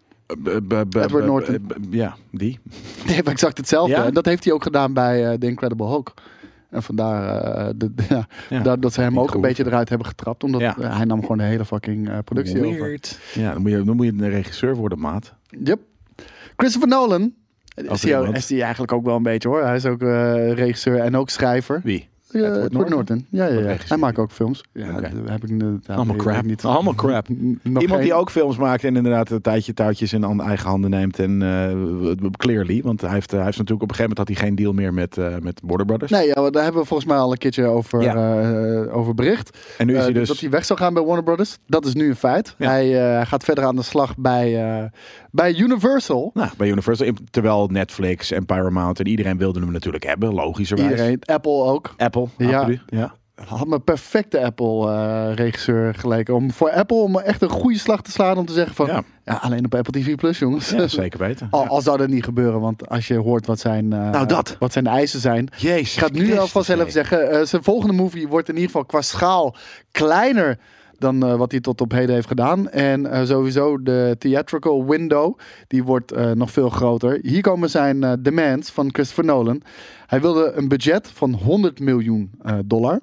Edward Norton. Ja, die. Die heeft exact hetzelfde. Ja? En dat heeft hij ook gedaan bij The Incredible Hulk. En vandaar dat ze hem ook een beetje eruit hebben getrapt. Omdat hij nam gewoon de hele fucking productie over. Ja, dan moet je een regisseur worden, maat. Yep. Christopher Nolan is hij eigenlijk ook wel een beetje hoor. Hij is ook regisseur en ook schrijver. Wie? Edward Norton. Ja. Hij maakt ook films. Ja, okay. Heb ik allemaal crap. Niet. Allemaal crap. Iemand die ook films maakt en inderdaad een tijdje touwtjes in eigen handen neemt. En clearly, want hij heeft natuurlijk op een gegeven moment had hij geen deal meer met Warner Brothers. Nee, daar hebben we volgens mij al een keertje over bericht. En nu is hij dus... Dat hij weg zou gaan bij Warner Brothers. Dat is nu een feit. Ja. Hij gaat verder aan de slag bij Universal. Nou, bij Universal. Terwijl Netflix en Paramount en iedereen wilde hem natuurlijk hebben, logischerwijs. Iedereen. Apple ook. Apple. Ja. Had me perfecte Apple-regisseur geleken. Om echt een goede slag te slaan om te zeggen van... Ja, alleen op Apple TV Plus, jongens. Ja, zeker weten. Al zou dat niet gebeuren, want als je hoort wat zijn eisen zijn... Jezus, ik ga het nu alvast even zeggen. Zijn volgende movie wordt in ieder geval qua schaal kleiner dan wat hij tot op heden heeft gedaan. En sowieso de theatrical window, die wordt nog veel groter. Hier komen zijn demands van Christopher Nolan. Hij wilde een budget van $100 miljoen. Dat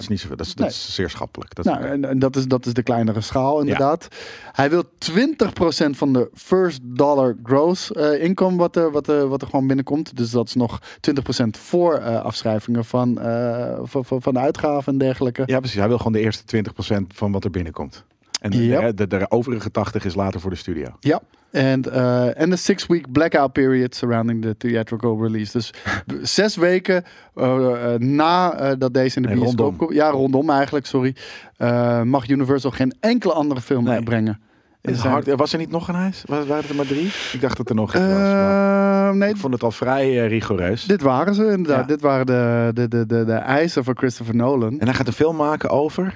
is zeer schappelijk. En dat is de kleinere schaal, inderdaad. Ja. Hij wil 20% van de first dollar gross income wat er gewoon binnenkomt. Dus dat is nog 20% voor afschrijvingen van de uitgaven en dergelijke. Ja, precies. Hij wil gewoon de eerste 20% van wat er binnenkomt. En Yep. de overige 80 is later voor de studio. Ja, en de 6-week blackout period surrounding the theatrical release. Dus 6 weken na dat deze in de bioscoop rondom. komt. Ja, rondom eigenlijk, sorry. Mag Universal geen enkele andere film uitbrengen. Is hard. Was er niet nog een huis? Waren er maar 3? Ik dacht dat er nog 1 was. Maar nee, ik vond het al vrij rigoureus. dit waren ze inderdaad. Ja. Dit waren de eisen van Christopher Nolan. En hij gaat een film maken over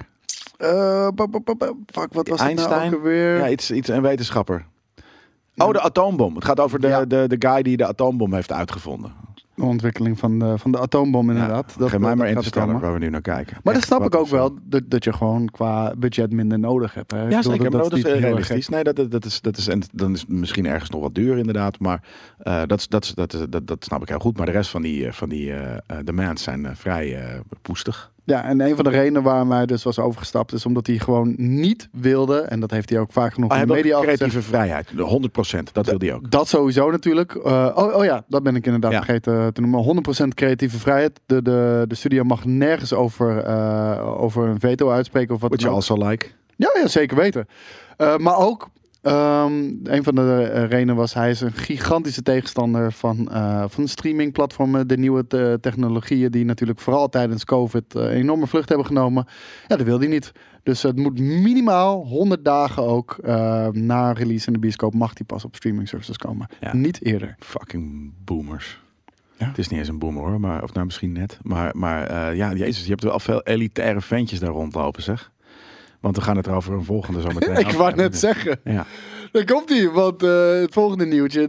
Fuck, wat was Einstein. het nou ook alweer? Ja, een wetenschapper. Oh, de atoombom. Het gaat over de guy die de atoombom heeft uitgevonden. De ontwikkeling van de atoombom inderdaad. Ja, geef mij maar gaat Interstellar komen. waar we nu naar kijken. Maar dat Echt, snap wat ik ook een film. wel, dat je gewoon qua budget minder nodig hebt. Hè? Ik Ja, bedoel, zeker. Maar dat is niet heel erg realistisch. gek. Nee, dat is, en dan is het misschien ergens nog wat duur inderdaad. Maar dat snap ik heel goed. Maar de rest van die demands zijn vrij poestig. Ja, en een van de redenen waarom hij dus was overgestapt is omdat hij gewoon niet wilde, en dat heeft hij ook vaak genoeg Hij in de heeft ook media creatieve gezegd. vrijheid. 100%. Dat wil hij ook. Dat sowieso natuurlijk. Oh ja, dat ben ik inderdaad Ja. vergeten te noemen. 100% creatieve vrijheid. De studio mag nergens over een veto uitspreken of wat Which dan you ook. also like. Ja, zeker weten. Maar ook, een van de redenen was, hij is een gigantische tegenstander van streamingplatformen. De nieuwe technologieën die natuurlijk vooral tijdens COVID een enorme vlucht hebben genomen. Ja, dat wil hij niet. Dus het moet minimaal 100 dagen ook na release in de bioscoop mag die pas op streaming services komen. Ja. Niet eerder. Fucking boomers. Ja. Het is niet eens een boomer hoor. Maar, of nou misschien net. Maar ja, jezus. Je hebt wel veel elitaire ventjes daar rondlopen zeg. Want we gaan het er over een volgende zo meteen. Ik wou net zeggen. Ja. Daar komt hij, want het volgende nieuwtje,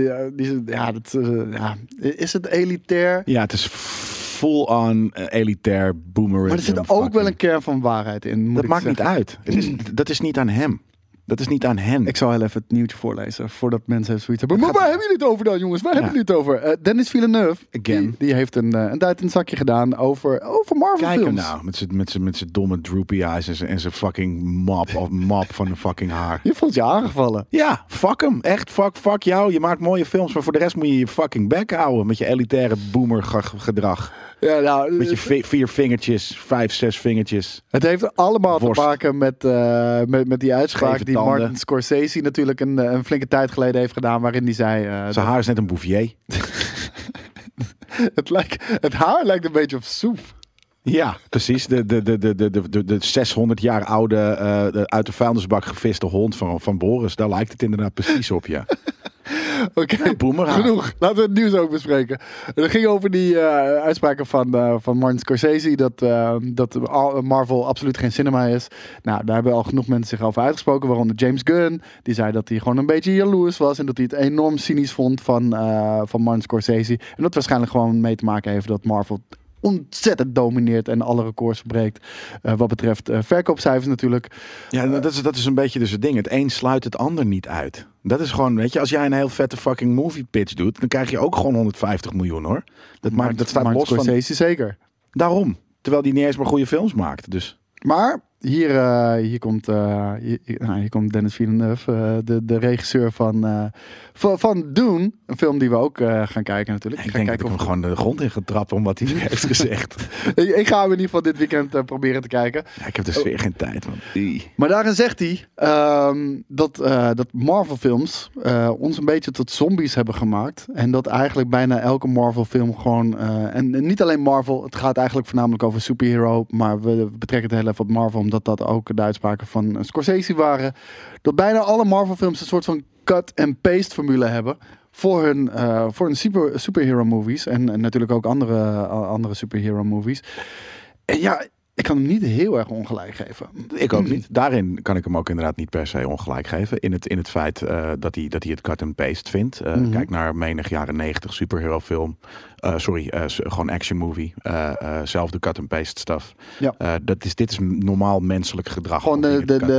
is het elitair? Ja, het is full-on elitair boomerism. Maar er zit ook wel een kern van waarheid in. Moet Dat ik maakt zeggen. niet uit. Dat is niet aan hem. Dat is niet aan hen. Ik zal heel even het nieuwtje voorlezen, voordat mensen zoiets hebben. Maar gaat- waar hebben jullie het over dan, jongens? Waar hebben jullie het over? Dennis Villeneuve, Again. die heeft een duit in het zakje gedaan over Marvel Kijk hem films. nou, met zijn domme droopy eyes en zijn fucking mop van een fucking haar. Je voelt je aangevallen. Ja, fuck hem. Echt, fuck jou. Je maakt mooie films, maar voor de rest moet je je fucking bek houden met je elitaire boomer gedrag. Ja, nou, Met je 4 vingertjes, 5, 6 vingertjes. het heeft allemaal Worst. te maken met die uitspraak Scheve die tanden. Martin Scorsese natuurlijk een flinke tijd geleden heeft gedaan, waarin hij zei... Zijn haar is net een Bouvier. het haar lijkt een beetje op soep. Ja, precies. De 600 jaar oude, uit de vuilnisbak geviste hond van Boris. Daar lijkt het inderdaad precies op, ja. Oké, Boomerang. genoeg. Laten we het nieuws ook bespreken. Het ging over die uitspraken van Martin Scorsese dat Marvel absoluut geen cinema is. Nou, daar hebben al genoeg mensen zich over uitgesproken, waaronder James Gunn. Die zei dat hij gewoon een beetje jaloers was en dat hij het enorm cynisch vond van Martin Scorsese. En dat waarschijnlijk gewoon mee te maken heeft dat Marvel ontzettend domineert en alle records verbreekt. Wat betreft verkoopcijfers natuurlijk. Ja, dat is een beetje dus het ding. Het een sluit het ander niet uit. Dat is gewoon, weet je, als jij een heel vette fucking movie pitch doet, dan krijg je ook gewoon 150 miljoen hoor. Dat staat Martin los van. Scorsese zeker. Daarom. Terwijl die niet eens maar goede films maakt. Dus Maar hier komt Dennis Villeneuve, de regisseur van Dune. Een film die we ook gaan kijken natuurlijk. ik denk dat ik hem gewoon de grond in ga trappen om wat hij heeft gezegd. Ik ga hem in ieder geval dit weekend proberen te kijken. Ja, ik heb dus weer geen tijd, man. Maar daarin zegt hij dat Marvel films ons een beetje tot zombies hebben gemaakt. En dat eigenlijk bijna elke Marvel film gewoon... en niet alleen Marvel, het gaat eigenlijk voornamelijk over superhero. Maar we betrekken het heel even op Marvel, omdat dat ook de uitspraken van Scorsese waren. Dat bijna alle Marvel films een soort van cut-and-paste formule hebben voor hun superhero movies. En natuurlijk ook andere superhero movies. En ja, ik kan hem niet heel erg ongelijk geven. Ik ook niet. Daarin kan ik hem ook inderdaad niet per se ongelijk geven. In het feit dat hij het cut and paste vindt. Kijk naar menig jaren 90 superhero film. Gewoon action movie. Zelfde cut and paste stuff. Ja. Dit is normaal menselijk gedrag. Gewoon de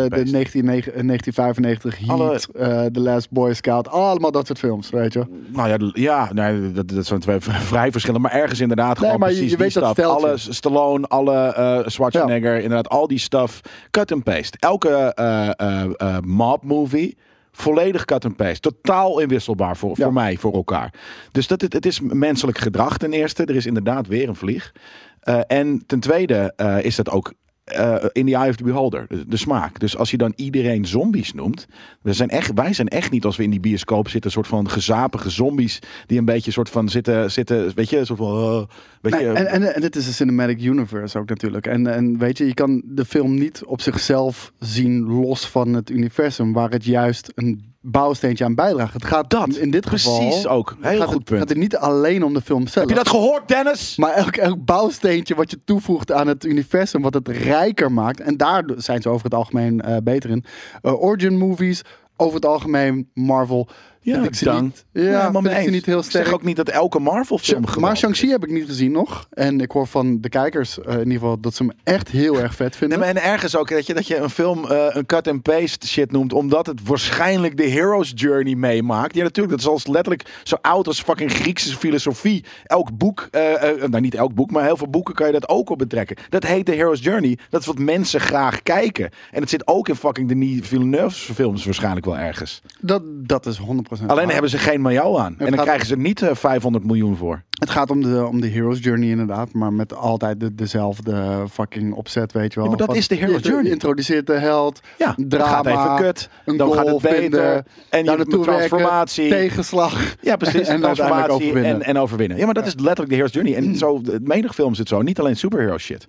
1995 Heat, The Last Boy Scout. Allemaal dat soort films, weet je. Nou ja, dat zijn twee vrij verschillen. Maar ergens inderdaad gewoon maar precies je weet die dat stuff. steltje. Alle Stallone, alle Schwarzenegger, inderdaad al die stuff. Cut and paste. Elke mob movie, volledig cut and paste. Totaal inwisselbaar voor mij, voor elkaar. Dus het is menselijk gedrag ten eerste. Er is inderdaad weer een vlieg. En ten tweede is dat ook in the eye of the beholder. De smaak. Dus als je dan iedereen zombies noemt. Wij zijn echt niet, als we in die bioscoop zitten, een soort van gezapige zombies die een beetje soort van zitten weet je, soort van... En het is een cinematic universe ook natuurlijk. En weet je kan de film niet op zichzelf zien los van het universum, waar het juist een bouwsteentje aan bijdraagt. Het gaat in dit geval... Precies ook. Heel goed punt. Het gaat niet alleen om de film zelf. Heb je dat gehoord, Dennis? Maar elk bouwsteentje wat je toevoegt aan het universum, wat het rijker maakt. En daar zijn ze over het algemeen beter in. Origin movies, over het algemeen Marvel. Ja, vind ik ze niet heel sterk. Ik zeg ook niet dat elke Marvel film maar Shang-Chi heb ik niet gezien nog. En ik hoor van de kijkers in ieder geval dat ze hem echt heel erg vet vinden. Nee, maar en ergens ook dat je een film een cut-and-paste shit noemt, omdat het waarschijnlijk de hero's journey meemaakt. Ja, natuurlijk. Dat is als letterlijk zo oud als fucking Griekse filosofie. Elk boek, nou niet elk boek, maar heel veel boeken kan je dat ook op betrekken. Dat heet de hero's journey. Dat is wat mensen graag kijken. En het zit ook in fucking Denis Villeneuve's films waarschijnlijk wel ergens. Dat is 100%. Alleen hebben ze geen majo aan. En dan krijgen ze niet 500 miljoen voor. Het gaat om de hero's journey inderdaad. Maar met altijd dezelfde fucking opzet, weet je wel. Ja, maar dat is de hero's journey. Je introduceert de held, drama, gaat even kut, dan gaat het beter. Vinden, en je hebt transformatie. Tegenslag. Ja, precies. En transformatie en overwinnen. Ja, maar dat is letterlijk de hero's journey. En zo, menig film zit zo. Niet alleen superhero shit.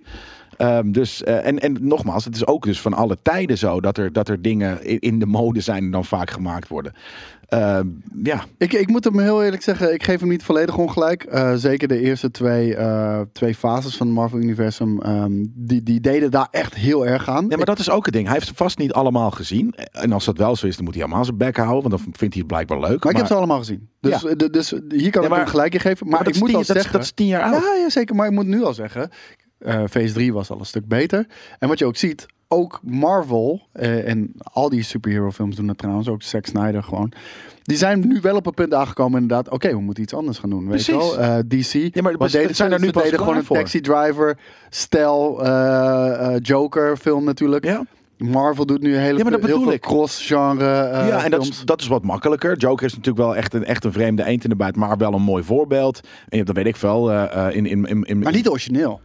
En nogmaals, het is ook dus van alle tijden zo dat er dingen in de mode zijn en dan vaak gemaakt worden. Ja. Ik moet hem heel eerlijk zeggen, ik geef hem niet volledig ongelijk. Zeker de eerste twee fases van het Marvel-universum, die deden daar echt heel erg aan. Ja, maar dat is ook het ding. Hij heeft ze vast niet allemaal gezien. En als dat wel zo is, dan moet hij allemaal zijn bek houden, want dan vindt hij het blijkbaar leuk. Maar ik heb ze allemaal gezien. Dus, ja. Dus hier kan ik hem gelijk in geven. Maar ik moet al zeggen... Dat is 10 jaar oud. Ja, zeker. Maar ik moet nu al zeggen... Phase 3 was al een stuk beter. En wat je ook ziet, ook Marvel en al die superhero films doen dat trouwens, ook Zack Snyder gewoon. Die zijn nu wel op een punt aangekomen inderdaad. Oké, we moeten iets anders gaan doen. Weet je wel? DC. Ja, maar zijn er nu pas gewoon een Taxi Driver stijl Joker film natuurlijk. Ja. Marvel doet nu heel veel cross-genre ja, en films. dat is wat makkelijker. Joker is natuurlijk wel echt een vreemde eend in de bijt, maar wel een mooi voorbeeld. En dat weet ik wel. Maar niet origineel.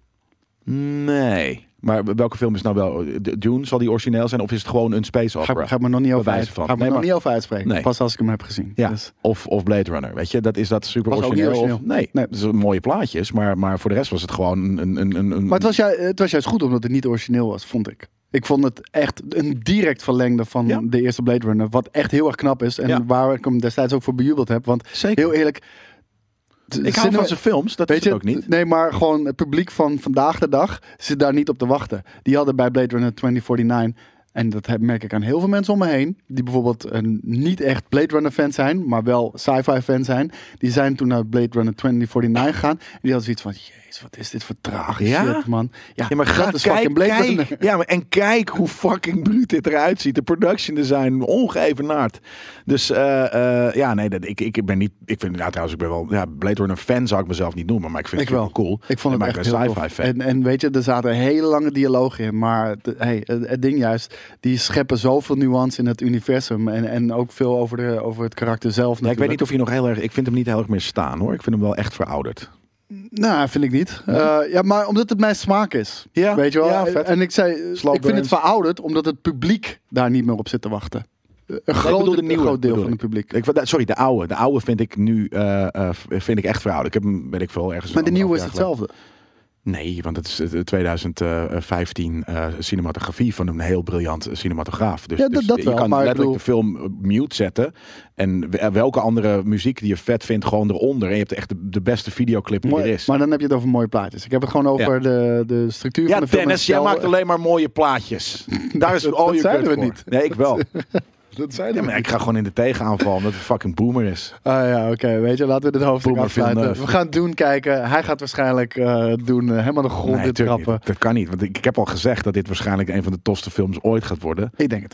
Nee. Maar welke film is nou wel... Dune, zal die origineel zijn? Of is het gewoon een space opera? Ga ik me nog niet over uitspreken. Nee. Pas als ik hem heb gezien. Ja. Dus. Of Blade Runner. Weet je, dat is dat super origineel. Nee, dat is mooie plaatjes. Maar voor de rest was het gewoon een... Maar het was juist goed omdat het niet origineel was, vond ik. Ik vond het echt een direct verlengde van de eerste Blade Runner. Wat echt heel erg knap is. En waar ik hem destijds ook voor bejubeld heb. Want heel eerlijk... Ik hou van zijn films, dat weet je ook niet. Nee, maar gewoon het publiek van vandaag de dag zit daar niet op te wachten. Die hadden bij Blade Runner 2049... En dat merk ik aan heel veel mensen om me heen. Die bijvoorbeeld niet echt Blade Runner fan zijn. Maar wel sci-fi fan zijn. Die zijn toen naar Blade Runner 2049 gegaan. En die hadden zoiets van... Jezus, wat is dit voor trage shit, man. Ja, maar dat is fucking Blade Runner. Ja, maar en kijk hoe fucking bruut dit eruit ziet. De production design ongeëvenaard. Dus ik ben niet... Ik vind trouwens, ik ben wel... Ja, Blade Runner fan zou ik mezelf niet noemen. Maar ik vind het wel cool. Ik vond het echt heel sci-fi fan. En weet je, er zaten hele lange dialogen in. Maar het ding juist... Die scheppen zoveel nuance in het universum. En ook veel over het karakter zelf. Ja, ik weet niet of je nog heel erg... Ik vind hem niet heel erg meer staan, hoor. Ik vind hem wel echt verouderd. Nou, vind ik niet. Ja, maar omdat het mijn smaak is. Ja, weet je wel? Ja, en ik zei, ik vind het verouderd omdat het publiek daar niet meer op zit te wachten. Een groot deel van het publiek. De oude. De oude vind ik nu vind ik echt verouderd. Ik heb hem, weet ik veel, ergens... Maar de nieuwe is hetzelfde. Nee, want het is de 2015 cinematografie van een heel briljant cinematograaf. Dus, ja, dat je wel, kan maar letterlijk de film mute zetten. En welke andere muziek die je vet vindt, gewoon eronder. En je hebt echt de beste videoclip die er is. Maar dan heb je het over mooie plaatjes. Ik heb het gewoon over de structuur van de film. Ja, Dennis, jij maakt alleen maar mooie plaatjes. Daar is al je kut voor. Niet. Nee, ik wel. Dat zijn maar ik ga gewoon in de tegenaanval omdat het fucking boomer is. Oké. Weet je, laten we dit hoofdstuk afsluiten. We gaan Dune kijken. Hij gaat waarschijnlijk helemaal de grond in trappen. Dat kan niet, want ik heb al gezegd dat dit waarschijnlijk een van de tofste films ooit gaat worden. Ik denk het wel.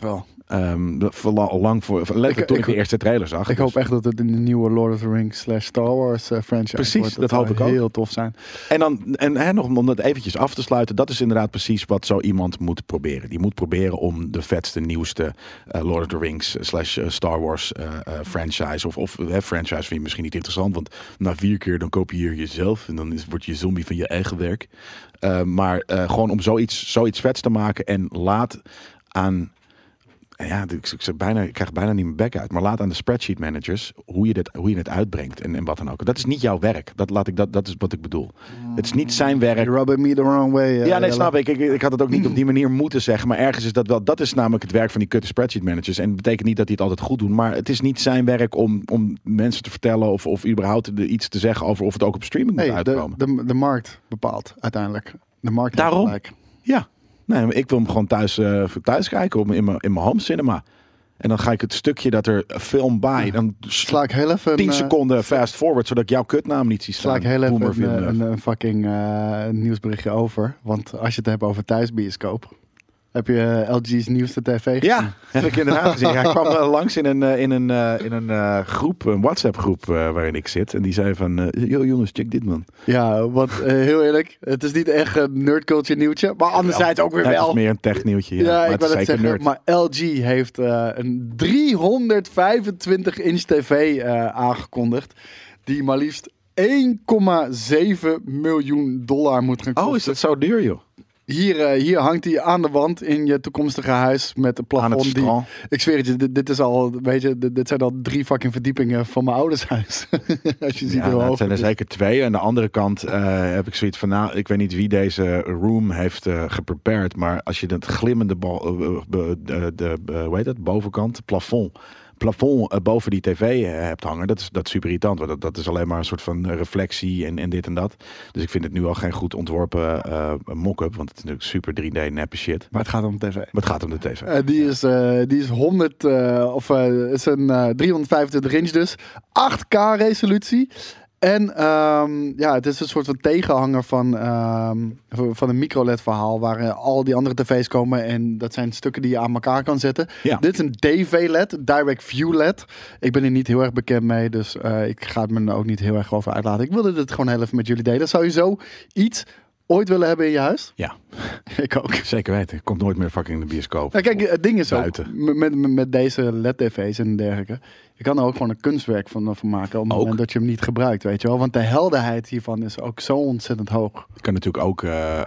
Lang voor, letterlijk toen ik de eerste trailer zag. Ik Dus- hoop echt dat het in de nieuwe Lord of the Rings / Star Wars franchise Precies, wordt. dat hoop ik ook. Heel tof zijn. En nog om dat eventjes af te sluiten, dat is inderdaad precies wat zo iemand moet proberen. Die moet proberen om de vetste, nieuwste Lord of the Rings / Star Wars franchise of franchise vind je misschien niet interessant, want na 4 keer dan kopieer je jezelf en dan word je zombie van je eigen werk. Maar gewoon om zoiets vets te maken en laat aan... Ja, ik krijg bijna niet mijn bek uit. Maar laat aan de spreadsheet managers hoe je het uitbrengt en wat dan ook. Dat is niet jouw werk. Dat is wat ik bedoel. Het is niet zijn werk. You're rubbing me the wrong way. Ja, nee, snap ik. Ik had het ook niet op die manier moeten zeggen. Maar ergens is dat wel. Dat is namelijk het werk van die kutte spreadsheet managers. En het betekent niet dat die het altijd goed doen. Maar het is niet zijn werk om mensen te vertellen of überhaupt iets te zeggen over of het ook op streaming moet uitkomen. De markt bepaalt uiteindelijk. De markt Daarom? heeft gelijk. Ja. Nee, maar ik wil hem gewoon thuis kijken in mijn home cinema. En dan ga ik het stukje dat er film bij, dan Sla ik heel even 10 seconden fast forward, zodat ik jouw kutnaam niet zie staan. Sla ik heel even Boomer een fucking nieuwsberichtje over. Want als je het hebt over thuisbioscoop, heb je LG's nieuwste tv gezien? Ja, heb ik inderdaad gezien. Hij kwam langs in een groep, een WhatsApp groep waarin ik zit. En die zei van, yo jongens, check dit man. Ja, want heel eerlijk, het is niet echt een nerdculture nieuwtje. Maar anderzijds ook weer Het wel. is meer een tech nieuwtje. Ja, Ja, maar ik het is wil het zeker zeggen. nerd. Maar LG heeft een 325-inch tv aangekondigd. Die maar liefst $1,7 miljoen moet gaan kosten. Oh, is dat zo duur joh? Hier hangt hij aan de wand in je toekomstige huis met een Aan het plafond. strand. Ik zweer het je, dit is al, weet je, dit zijn al 3 fucking verdiepingen van mijn ouders huis. Als je ziet Ja, hoe nou, hoog het zijn er het is. zeker 2. Aan de andere kant heb ik zoiets van, nou, ik weet niet wie deze room heeft geprepared, maar als je dat glimmende hoe heet dat, bovenkant, plafond boven die tv hebt hangen, dat is super irritant. Want dat is alleen maar een soort van reflectie en dit en dat. Dus ik vind het nu al geen goed ontworpen mock-up, want het is natuurlijk super 3D neppe shit. Maar het gaat om de tv. Maar het gaat om de tv. Die is 100 is een 325 inch dus. 8K resolutie. En ja, het is een soort van tegenhanger van een micro-LED verhaal waar al die andere tv's komen en dat zijn stukken die je aan elkaar kan zetten. Ja. Dit is een DV-LED, Direct View LED. Ik ben er niet heel erg bekend mee, dus ik ga het me er ook niet heel erg over uitlaten. Ik wilde dit gewoon heel even met jullie delen. Zou je zo iets ooit willen hebben in je huis? Ja, Ik ook. zeker weten. Komt nooit meer fucking in de bioscoop. Nou, kijk, het ding is ook, Buiten. met deze LED-tv's en dergelijke, je kan er ook gewoon een kunstwerk van maken op het Ook. moment dat je hem niet gebruikt, weet je wel. Want de helderheid hiervan is ook zo ontzettend hoog. Je kan natuurlijk ook,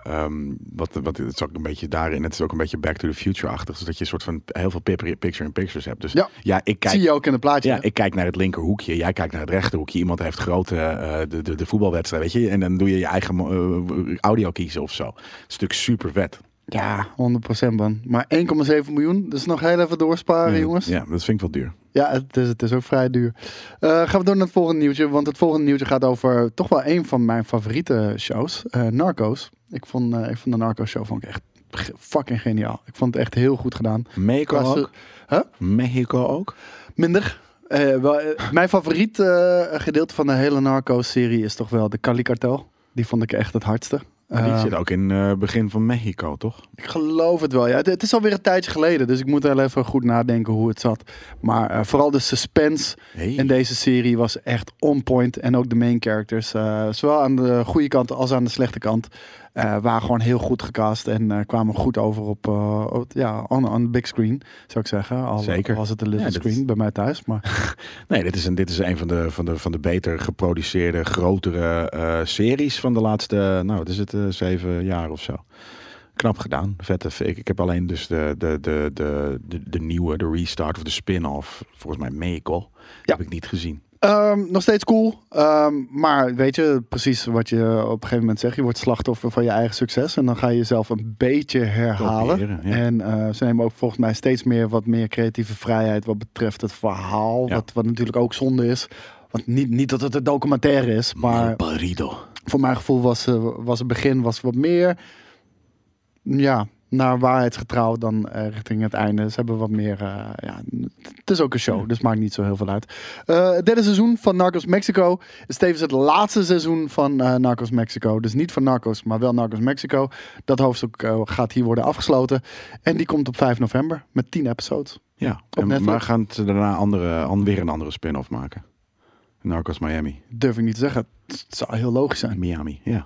wat het is ook een beetje daarin, het is ook een beetje Back to the Future-achtig, zodat je een soort van heel veel picture-in-pictures hebt. Dus ja, ik kijk. Zie je ook in het plaatje. Ja, ik kijk naar het linkerhoekje, jij kijkt naar het rechterhoekje. Iemand heeft grote de voetbalwedstrijd, weet je, en dan doe je je eigen audio kiezen of zo. Het is natuurlijk super vet. Ja, 100% man. Maar 1,7 miljoen, dus nog heel even doorsparen, jongens. Ja, dat vind ik wel duur. Ja, het is ook vrij duur. Gaan we door naar het volgende nieuwtje. Want het volgende nieuwtje gaat over toch wel een van mijn favoriete shows. Narcos. Ik vond de Narcos show echt fucking geniaal. Ik vond het echt heel goed gedaan. Mexico ook? Huh? Mexico ook? Minder. Mijn favoriet gedeelte van de hele Narcos-serie is toch wel de Cali Cartel. Die vond ik echt het hardste. Maar die zit ook in het begin van Mexico, toch? Ik geloof het wel, ja. Het is alweer een tijdje geleden, dus ik moet wel even goed nadenken hoe het zat. Maar vooral de suspense in deze serie was echt on point. En ook de main characters, zowel aan de goede kant als aan de slechte kant, waren gewoon heel goed gecast en kwamen goed over op on the big screen, zou ik zeggen. Zeker. Was het de little screen bij mij thuis. Maar nee, dit is een van de beter geproduceerde, grotere series van de laatste, nou, wat is het, 7 jaar of zo. Knap gedaan. Vette. Ik heb alleen dus de nieuwe, de restart of de spin-off, volgens mij Mexico, heb ik niet gezien. Nog steeds cool. Maar weet je, precies wat je op een gegeven moment zegt. Je wordt slachtoffer van je eigen succes. En dan ga je jezelf een beetje herhalen. Kopiëren, ja. En ze nemen ook volgens mij steeds wat meer creatieve vrijheid wat betreft het verhaal. Ja. Wat natuurlijk ook zonde is. Want niet dat het een documentaire is. Maar Malparido. voor mijn gevoel was het begin wat meer... Ja, naar waarheidsgetrouw dan richting het einde. Ze hebben wat meer... het is ook een show, dus maakt niet zo heel veel uit. Het derde seizoen van Narcos Mexico is tevens het laatste seizoen van Narcos Mexico. Dus niet van Narcos, maar wel Narcos Mexico. Dat hoofdstuk gaat hier worden afgesloten. En die komt op 5 november met 10 episodes. Ja, Netflix? maar gaan ze daarna weer een andere spin-off maken? Narcos Miami. Durf ik niet te zeggen. Het zou heel logisch zijn. Miami, ja.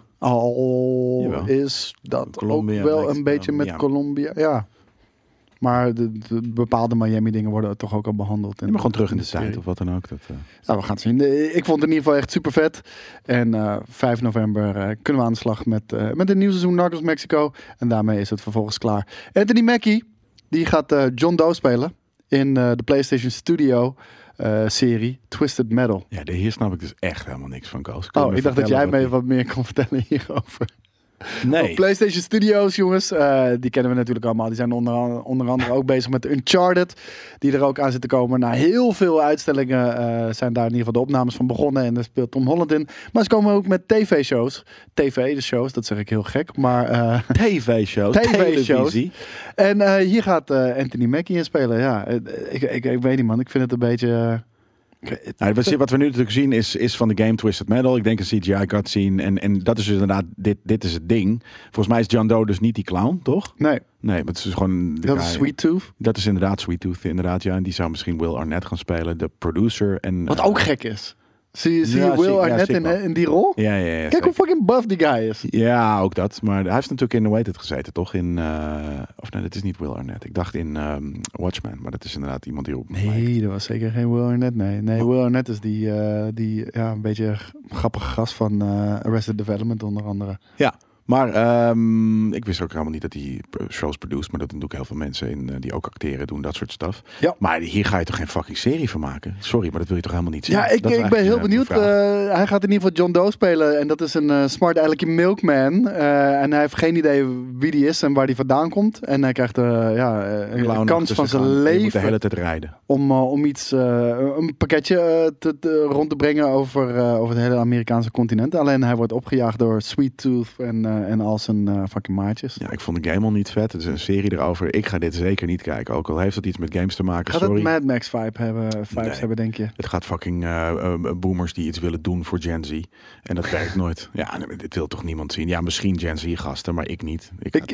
Al Jawel. is dat Colombia ook wel lijkt een beetje met Miami. Colombia. Ja. Maar de bepaalde Miami dingen worden toch ook al behandeld. Ja, maar gewoon terug in de serie. tijd of wat dan ook. Nou, we gaan het zien. Ik vond het in ieder geval echt super vet. En 5 november kunnen we aan de slag met een nieuw seizoen Narcos Mexico. En daarmee is het vervolgens klaar. Anthony Mackie, die gaat John Doe spelen in de PlayStation Studio serie Twisted Metal. Ja, hier snap ik dus echt helemaal niks van, Koos. Ik dacht dat jij me wat meer kon vertellen hierover. Nee. PlayStation Studios, jongens, die kennen we natuurlijk allemaal. Die zijn onder andere ook bezig met Uncharted, die er ook aan zit te komen. Nou, heel veel uitstellingen zijn daar in ieder geval de opnames van begonnen. En daar speelt Tom Holland in. Maar ze komen ook met tv-shows. De shows, dat zeg ik heel gek. Maar TV-shows, televisie. En hier gaat Anthony Mackie in spelen. Ja, ik weet niet, man. Ik vind het een beetje... Wat we nu natuurlijk zien is van de game Twisted Metal. Ik denk een CGI cutscene. En dat is dus inderdaad, dit is het ding. Volgens mij is John Doe dus niet die clown, toch? Nee. Nee, maar het is dus gewoon... Dat is Sweet Tooth. Dat is inderdaad Sweet Tooth, inderdaad. Ja, en die zou misschien Will Arnett gaan spelen. De producer. En, Wat ook gek is. Zie je Will Arnett in die rol? Ja. Kijk hoe fucking buff die guy is. Ja, ook dat. Maar hij heeft natuurlijk in The Waited gezeten, toch? Of nee, dat is niet Will Arnett. Ik dacht in Watchmen, maar dat is inderdaad iemand die op... Nee, dat was zeker geen Will Arnett. Nee, Will Arnett is die een beetje grappige gast van Arrested Development onder andere. Ja. Maar ik wist ook helemaal niet dat hij shows produceert. Maar dat doen ook heel veel mensen in die ook acteren, doen dat soort stuff. Ja. Maar hier ga je toch geen fucking serie van maken? Sorry, maar dat wil je toch helemaal niet zien? Ja, ik ben heel benieuwd. Hij gaat in ieder geval John Doe spelen. En dat is een smart alecky milkman. En hij heeft geen idee wie die is en waar die vandaan komt. En hij krijgt een kans van zijn Je moet de leven hele tijd rijden. om iets, een pakketje rond te brengen over het hele Amerikaanse continent. Alleen hij wordt opgejaagd door Sweet Tooth en al zijn fucking maatjes. Ja, ik vond de game al niet vet. Het is een serie erover. Ik ga dit zeker niet kijken. Ook al heeft het iets met games te maken. Gaat Sorry. het Mad Max vibes hebben, denk je? Het gaat fucking boomers die iets willen doen voor Gen Z. En dat werkt nooit. Ja, dit wil toch niemand zien? Ja, misschien Gen Z gasten, maar ik niet.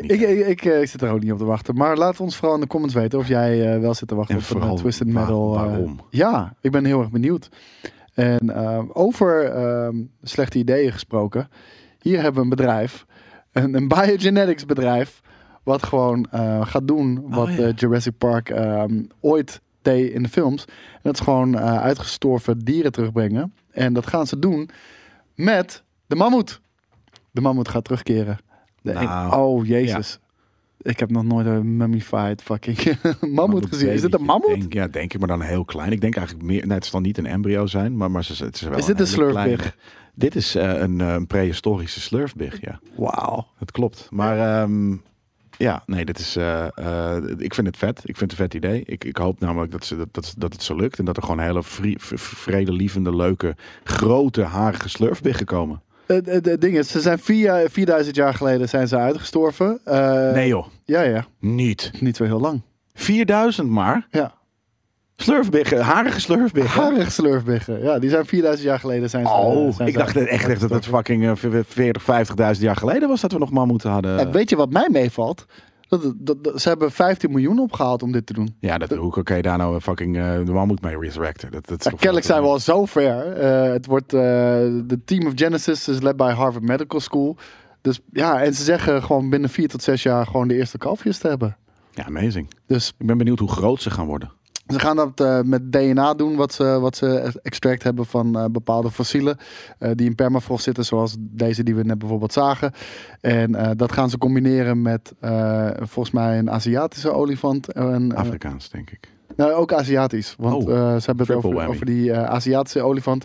Ik zit er ook niet op te wachten. Maar laat ons vooral in de comments weten of jij wel zit te wachten En op vooral Twisted Metal. waarom? Ja, ik ben heel erg benieuwd. En over slechte ideeën gesproken. Hier hebben we een bedrijf. Een biogenetics bedrijf. Wat gewoon gaat doen wat Jurassic Park ooit deed in de films. En dat is gewoon uitgestorven dieren terugbrengen. En dat gaan ze doen met de mammoet. De mammoet gaat terugkeren. Oh, jezus. Ja. Ik heb nog nooit een mummified fucking mammoet gezien. Is dit een mammoet? Denk ik, maar dan heel klein. Ik denk eigenlijk meer... Nee, het zal niet een embryo zijn, maar het is wel is dit een slurfbig? Dit is een prehistorische slurfbig, ja. Wauw. Dat klopt. Maar dit is... ik vind het vet. Ik vind het een vet idee. Ik hoop namelijk dat het zo lukt. En dat er gewoon hele vredelievende, leuke, grote, harige slurfbiggen komen. Het ding is, ze zijn 4000 jaar geleden zijn ze uitgestorven. Nee joh. Ja. Niet zo heel lang. 4000 maar? Ja. Slurfbiggen, harige slurfbiggen. Harige slurfbiggen, ja. Die zijn 4000 jaar geleden zijn ze... ik dacht echt dat het fucking 40, 50.000 jaar geleden was dat we nog mammoeten hadden. En weet je wat mij meevalt? Ze hebben 15 miljoen opgehaald om dit te doen. Ja, hoe kan je daar nou fucking de mammoet mee resurrecten? Kennelijk zijn we al zo ver. Het wordt de team of Genesis is led by Harvard Medical School. Dus ja, en ze zeggen gewoon binnen 4 tot 6 jaar gewoon de eerste kalfjes te hebben. Ja, amazing. Dus ik ben benieuwd hoe groot ze gaan worden. Ze gaan dat met DNA doen, wat ze extract hebben van bepaalde fossielen die in permafrost zitten, zoals deze die we net bijvoorbeeld zagen. En dat gaan ze combineren met volgens mij een Aziatische olifant. Afrikaans, denk ik. Nou, ook Aziatisch, want ze hebben het over die Aziatische olifant.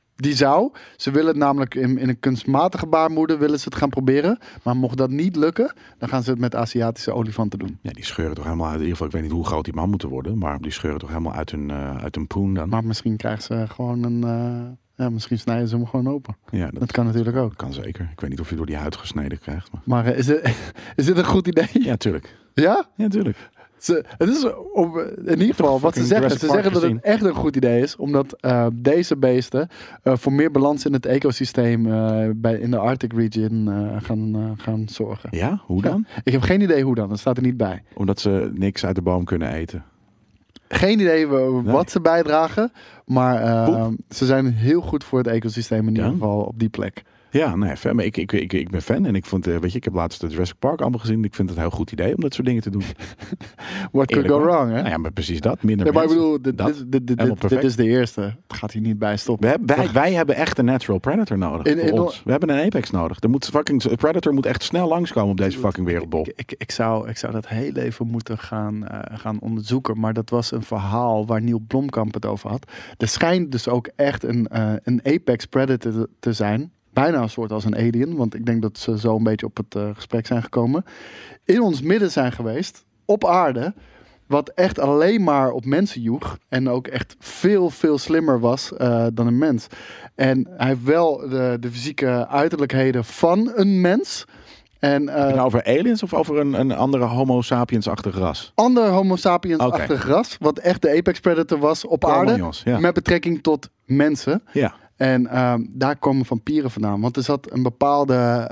Ze willen het namelijk in een kunstmatige baarmoeder willen ze het gaan proberen. Maar mocht dat niet lukken, dan gaan ze het met Aziatische olifanten doen. Ja, die scheuren toch helemaal uit. In ieder geval, ik weet niet hoe groot die man moeten worden. Maar die scheuren toch helemaal uit hun poen dan. Maar misschien krijgen ze gewoon misschien snijden ze hem gewoon open. Ja, dat kan natuurlijk ook. Dat kan zeker. Ik weet niet of je door die huid gesneden krijgt. Maar is dit een goed idee? Ja, tuurlijk. Ja? Ja, tuurlijk. Het is in ieder geval wat ze zeggen. Ze zeggen dat het echt een goed idee is. Omdat deze beesten voor meer balans in het ecosysteem in de Arctic region gaan zorgen. Ja? Hoe dan? Ja. Ik heb geen idee hoe dan. Dat staat er niet bij. Omdat ze niks uit de boom kunnen eten. Geen idee wat Nee. ze bijdragen. Maar Poep. ze zijn heel goed voor het ecosysteem in ieder Ja. geval op die plek. Ja, nee, fan. Maar ik ben fan en ik vond, weet je, ik heb laatst de Jurassic Park allemaal gezien. Ik vind het een heel goed idee om dat soort dingen te doen. What could Eerlijk go waar. wrong, hè? Nou ja, maar precies dat. Minder Ja, maar ik mensen. bedoel, Helemaal dit perfect. is de eerste. Het gaat hier niet bij stoppen. Wij hebben echt een natural predator nodig In- voor in- ons. We hebben een apex nodig. Een predator moet echt snel langskomen op deze fucking wereldbol. Ik zou dat heel even moeten gaan onderzoeken. Maar dat was een verhaal waar Neil Blomkamp het over had. Er schijnt dus ook echt een apex predator te zijn. Bijna een soort als een alien. Want ik denk dat ze zo een beetje op het gesprek zijn gekomen. In ons midden zijn geweest. Op aarde. Wat echt alleen maar op mensen joeg. En ook echt veel, veel slimmer was dan een mens. En hij heeft wel de fysieke uiterlijkheden van een mens. En Heb je nou over aliens of over een andere homo sapiens-achtig ras? ander homo sapiens-achtig Oké. ras. Wat echt de apex predator was op aarde. Chromosomes, ja. Met betrekking tot mensen. Ja. En daar komen vampieren vandaan. Want er zat een bepaalde...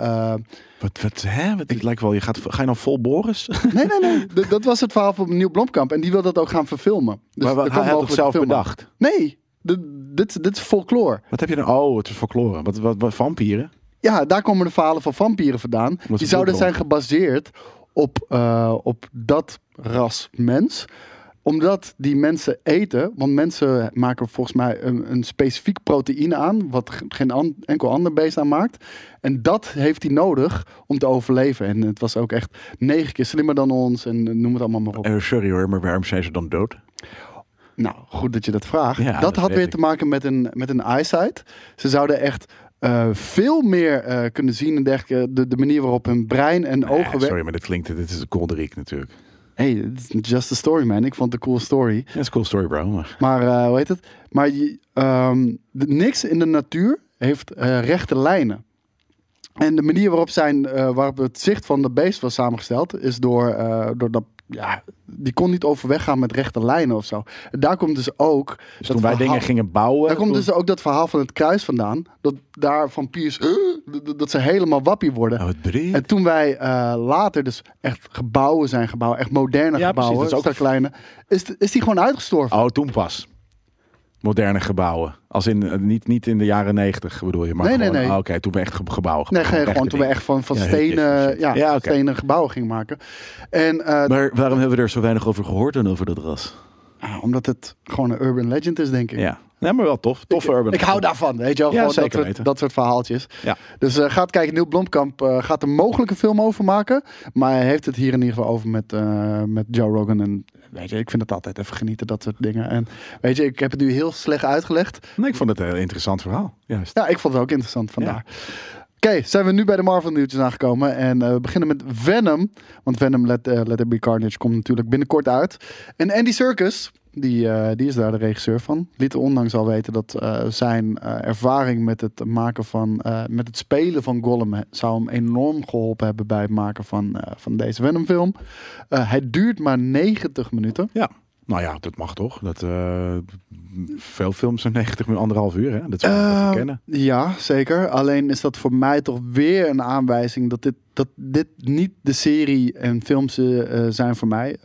Het lijkt wel, ga je nou vol Boris? Nee. Dat was het verhaal van Neil Blomkamp. En die wil dat ook gaan verfilmen. Dus Maar er hij komt had het mogelijk zelf een film bedacht. aan. Nee, dit is folklore. Wat heb je dan? Oh, het is folklore. Wat vampieren? Ja, daar komen de verhalen van vampieren vandaan. is Die zouden bloedbron. zijn gebaseerd op dat ras mens. Omdat die mensen eten, want mensen maken volgens mij een specifiek proteïne aan, wat geen enkel ander beest aan maakt. En dat heeft hij nodig om te overleven. En het was ook echt 9 keer slimmer dan ons en noem het allemaal maar op. Sorry hoor, maar waarom zijn ze dan dood? Nou, goed dat je dat vraagt. Ja, dat dat had weet weer ik. te maken met een eyesight. Ze zouden echt veel meer kunnen zien en dergelijke. De manier waarop hun brein en ogen werken. Sorry, maar dit is een Kolderiek natuurlijk. Hey, it's just a story, man. Ik vond het een cool story. Ja, dat is een cool story, bro. Maar... Maar hoe heet het? Maar niks in de natuur heeft rechte lijnen. En de manier waarop het zicht van de beest was samengesteld, is door dat. Ja, die kon niet overweg gaan met rechte lijnen of zo. En daar komt dus ook. Dus toen wij dingen gingen bouwen... Daar komt dus ook dat verhaal van het kruis vandaan. Dat daar vampiers. Dat ze helemaal wappie worden. Oh, het breed. En toen wij later dus echt gebouwen zijn gebouwd, echt moderne Ja, gebouwen, precies, dat is ook- kleine, is die gewoon uitgestorven. Oh, toen pas. Moderne gebouwen. Als in, niet in de jaren 90 bedoel je, maar Nee, nee, gewoon... nee. oh, oké, toen we echt gebouwen. Nee, echte gewoon toen we dingen. echt van Ja, stenen, hutjes en shit. Ja, oké. stenen gebouwen gingen maken. En Maar waarom hebben we er zo weinig over gehoord dan over dat ras? omdat het gewoon een urban legend is, denk ik. Ja, nee, maar wel tof. Toffe urban. Ik hou daarvan, weet je wel. Ja, Gewoon zeker weten. dat soort verhaaltjes. Ja. Dus gaat kijken, Neil Blomkamp gaat er mogelijk een film over maken. Maar hij heeft het hier in ieder geval over met Joe Rogan. En weet je, ik vind het altijd even genieten, dat soort dingen. En weet je, ik heb het nu heel slecht uitgelegd. Nee, ik vond het een heel interessant verhaal. Juist. Ja, ik vond het ook interessant vandaar. Oké, zijn we nu bij de Marvel nieuwtjes aangekomen. En we beginnen met Venom. Want Venom Let There Be Carnage komt natuurlijk binnenkort uit. En Andy Serkis, die is daar de regisseur van. Liet onlangs al weten dat zijn ervaring met het maken met het spelen van Gollum zou hem enorm geholpen hebben bij het maken van deze Venom film. Hij duurt maar 90 minuten. Ja. Nou ja, dat mag toch? Veel films zijn 90 minuten, 1,5 uur. Hè? Dat is wat we kennen. Ja, zeker. Alleen is dat voor mij toch weer een aanwijzing dat dit niet de serie en films zijn voor mij.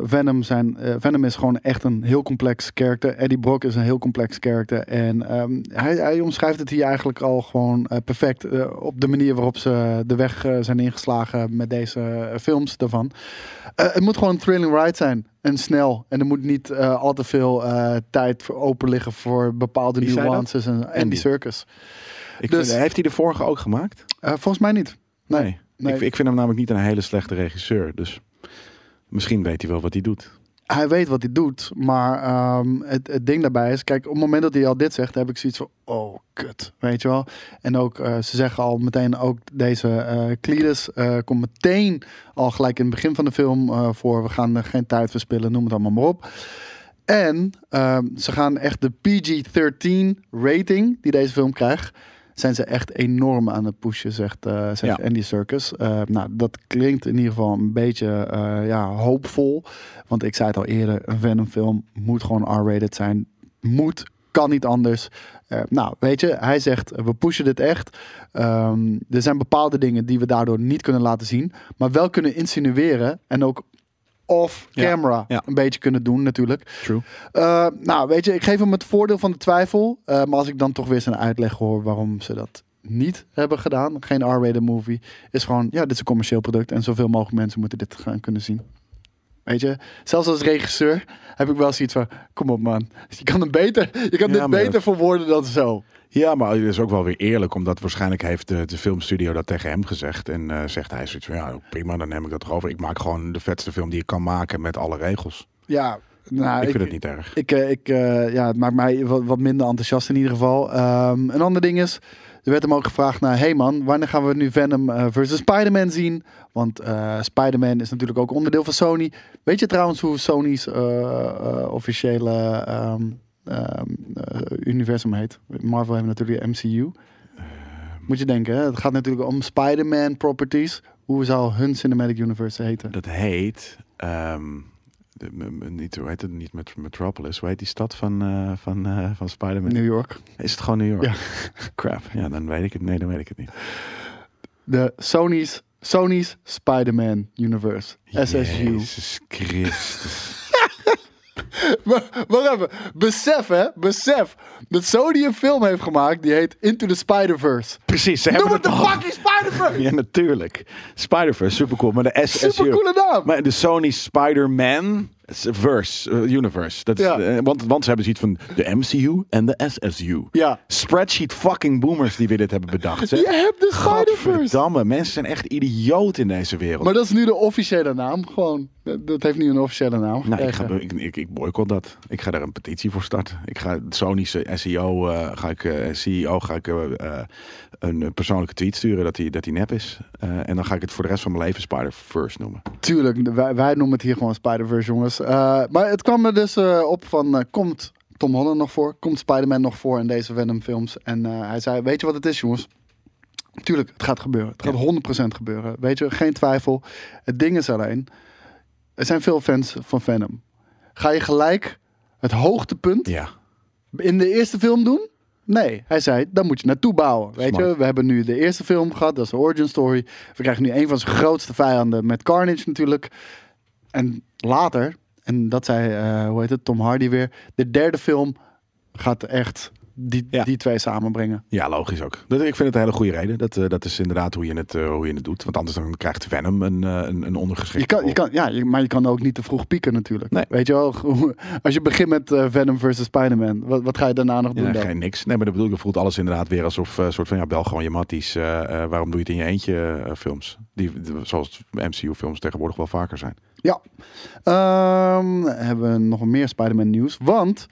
Venom is gewoon echt een heel complex karakter. Eddie Brock is een heel complex karakter. En hij omschrijft het hier eigenlijk al gewoon perfect. Op de manier waarop ze de weg zijn ingeslagen met deze films daarvan. Het moet gewoon een thrilling ride zijn. En snel. En er moet niet al te veel tijd voor open liggen voor bepaalde Wie zei nuances. En Andy Serkis. Dus- Heeft hij de vorige ook gemaakt? Volgens mij niet. Nee. Nee. Ik vind hem namelijk niet een hele slechte regisseur. Dus misschien weet hij wel wat hij doet. Hij weet wat hij doet, maar het ding daarbij is, kijk, op het moment dat hij al dit zegt, heb ik zoiets van, oh, kut, weet je wel. En ook, ze zeggen al meteen, ook deze Cletus komt meteen al gelijk in het begin van de film voor, we gaan er geen tijd verspillen, noem het allemaal maar op. En ze gaan echt de PG-13 rating die deze film krijgt, zijn ze echt enorm aan het pushen, zegt Andy Serkis. Nou, dat klinkt in ieder geval een beetje hoopvol. Want ik zei het al eerder, een Venom film moet gewoon R-rated zijn. Kan niet anders. Nou, weet je, hij zegt, we pushen dit echt. Er zijn bepaalde dingen die we daardoor niet kunnen laten zien. Maar wel kunnen insinueren en ook off-camera Ja. een beetje kunnen doen natuurlijk. True. Nou, weet je, ik geef hem het voordeel van de twijfel. Maar als ik dan toch weer zijn uitleg hoor waarom ze dat niet hebben gedaan, geen R-rated movie, is gewoon, ja, dit is een commercieel product en zoveel mogelijk mensen moeten dit gaan kunnen zien. Weet je, zelfs als regisseur heb ik wel zoiets van, kom op man, je kan dit beter verwoorden dan zo. Ja, maar het is ook wel weer eerlijk, omdat waarschijnlijk heeft de filmstudio dat tegen hem gezegd. En zegt hij zoiets van, ja prima, dan neem ik dat toch over. Ik maak gewoon de vetste film die ik kan maken met alle regels. Ja, nou, Ik vind het niet erg. Ja, het maakt mij wat minder enthousiast in ieder geval. Een ander ding is, er werd hem ook gevraagd naar, hey man, wanneer gaan we nu Venom versus Spider-Man zien? Want Spider-Man is natuurlijk ook onderdeel van Sony. Weet je trouwens hoe Sony's officiële universum heet? Marvel heeft natuurlijk de MCU. Moet je denken, hè? Het gaat natuurlijk om Spider-Man properties. Hoe zou hun Cinematic Universe heten? Dat heet... hoe heet het niet? Metropolis. Hoe heet die stad van Spider-Man? New York. Is het gewoon New York? Ja. Crap. Ja, dan weet ik het. Nee, dan weet ik het niet. De Sony's Spider-Man Universe. SSU. Jezus Christus. Maar even, besef dat Sony een film heeft gemaakt die heet Into the Spider-Verse. Precies. Ze Noem hebben het de al. fucking Spider-Verse! Ja, natuurlijk. Spider-Verse, supercool. Maar de SSU. Supercoole naam! Maar de Sony Spider-Man Universe. Dat is, Ja. want ze hebben zoiets van de MCU en de SSU. Ja. Spreadsheet fucking boomers die weer dit hebben bedacht. Zeg. Je hebt de Spider-Verse! Godverdamme, mensen zijn echt idioot in deze wereld. Maar dat is nu de officiële naam. Gewoon, dat heeft nu een officiële naam. Nou, ik boycott dat. Ik ga daar een petitie voor starten. Ik ga Sony's CEO een persoonlijke tweet sturen dat hij nep is. En dan ga ik het voor de rest van mijn leven Spider-Verse noemen. Tuurlijk, wij noemen het hier gewoon Spider-Verse, jongens. Maar het kwam er dus op van, komt Tom Holland nog voor? Komt Spider-Man nog voor in deze Venom films? En hij zei, weet je wat het is, jongens? Tuurlijk, het gaat gebeuren. Het gaat 100% gebeuren. Weet je, geen twijfel. Het ding is alleen, er zijn veel fans van Venom. Ga je gelijk het hoogtepunt Ja. in de eerste film doen? Nee, hij zei, dan moet je naartoe bouwen. Weet Smart. je, we hebben nu de eerste film gehad, dat is de origin story. We krijgen nu een van zijn grootste vijanden met Carnage natuurlijk. En later, en dat zei, Tom Hardy weer, de derde film gaat echt die twee samenbrengen. Ja, logisch ook. Ik vind het een hele goede reden. Dat is inderdaad hoe je het doet. Want anders dan krijgt Venom een ondergeschikte rol. Maar je kan ook niet te vroeg pieken natuurlijk. Nee. Weet je wel, als je begint met Venom versus Spider-Man, wat ga je daarna nog doen dan? Geen niks. Nee, maar dat bedoel ik, voelt alles inderdaad weer alsof soort van, ja, bel gewoon je matties. Waarom doe je het in je eentje films? Zoals MCU-films tegenwoordig wel vaker zijn. Ja. Hebben we nog meer Spider-Man nieuws. Want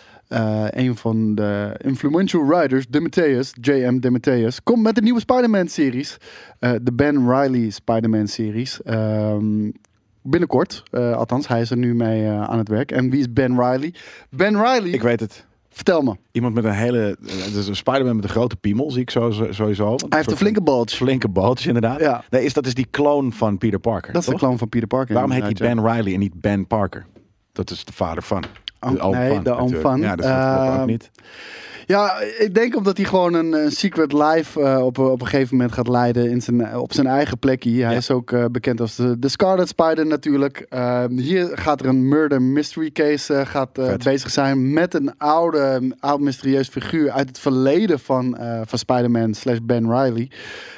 een van de influential writers, J.M. DeMatteis, komt met een nieuwe Spider-Man-series. De Ben Reilly Spider-Man-series. Binnenkort. Althans, hij is er nu mee aan het werk. En wie is Ben Reilly? Ben Reilly... Ik weet het. Vertel me. Iemand met een hele... Dus een Spider-Man met een grote piemel, zie ik sowieso. Hij heeft een flinke bulge. Flinke bulge, inderdaad. Ja. Nee, dat is die clone van Peter Parker. Dat is de toch? clone van Peter Parker. Waarom heet hij inderdaad, Ben Reilly en niet Ben Parker? Dat is de vader van. de oom van. natuurlijk. Ja, dus dat klopt ook niet. Ja, ik denk omdat hij gewoon een secret life op een gegeven moment gaat leiden op zijn eigen plekje. Hij is ook bekend als de Scarlet Spider natuurlijk. Hier gaat er een murder mystery case bezig zijn met een oud mysterieus figuur uit het verleden van Spider-Man / Ben Reilly.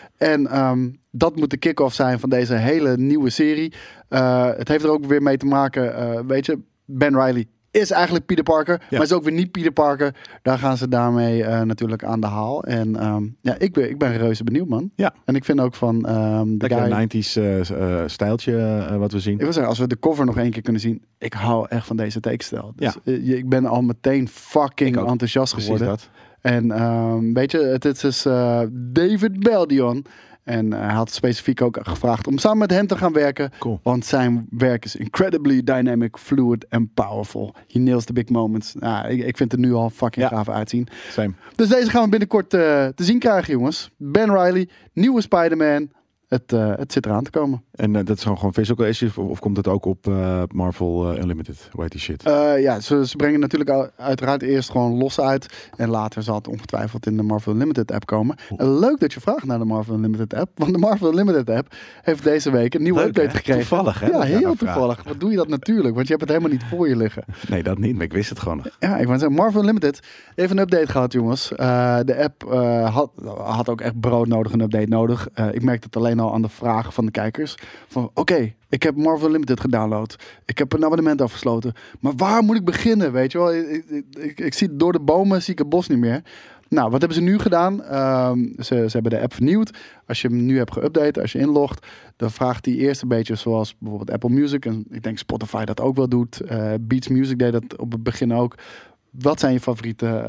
En dat moet de kick-off zijn van deze hele nieuwe serie. Het heeft er ook weer mee te maken, weet je, Ben Reilly is eigenlijk Peter Parker, maar is ook weer niet Peter Parker. Daar gaan ze daarmee natuurlijk aan de haal. En ik ben reuze benieuwd, man. Ja. En ik vind ook van de guy... 90s stijltje wat we zien. Ik wil zeggen, als we de cover nog één keer kunnen zien, ik hou echt van deze tekenstijl. Dus, ik ben al meteen fucking enthousiast geworden. Dat. En weet je, het is David Baldeón. En hij had specifiek ook gevraagd om samen met hem te gaan werken. Cool. Want zijn werk is incredibly dynamic, fluid en powerful. He nails the big moments. Ik vind het nu al fucking gaaf uitzien. Same. Dus deze gaan we binnenkort te zien krijgen, jongens. Ben Reilly, nieuwe Spider-Man. Het zit eraan te komen. En dat is gewoon physical issue of komt het ook op Marvel Unlimited? Hoe heet die shit? Ja, ze brengen natuurlijk uiteraard eerst gewoon los uit. En later zal het ongetwijfeld in de Marvel Unlimited app komen. Leuk dat je vraagt naar de Marvel Unlimited app. Want de Marvel Unlimited app heeft deze week een nieuwe update gekregen. Toevallig, hè? Ja, heel toevallig. Wat doe je dat natuurlijk? Want je hebt het helemaal niet voor je liggen. Nee, dat niet. Maar ik wist het gewoon nog. Ja, ik wou zeggen, Marvel Unlimited heeft een update gehad, jongens. De app had ook echt broodnodig een update nodig. Ik merkte het alleen al aan de vragen van de kijkers. Van oké, ik heb Marvel Unlimited gedownload. Ik heb een abonnement afgesloten. Maar waar moet ik beginnen, weet je wel? Ik zie door de bomen, zie ik het bos niet meer. Nou, wat hebben ze nu gedaan? Ze hebben de app vernieuwd. Als je hem nu hebt geüpdate, als je inlogt, dan vraagt hij eerst een beetje zoals bijvoorbeeld Apple Music. En ik denk Spotify dat ook wel doet. Beats Music deed dat op het begin ook. Wat zijn je favoriete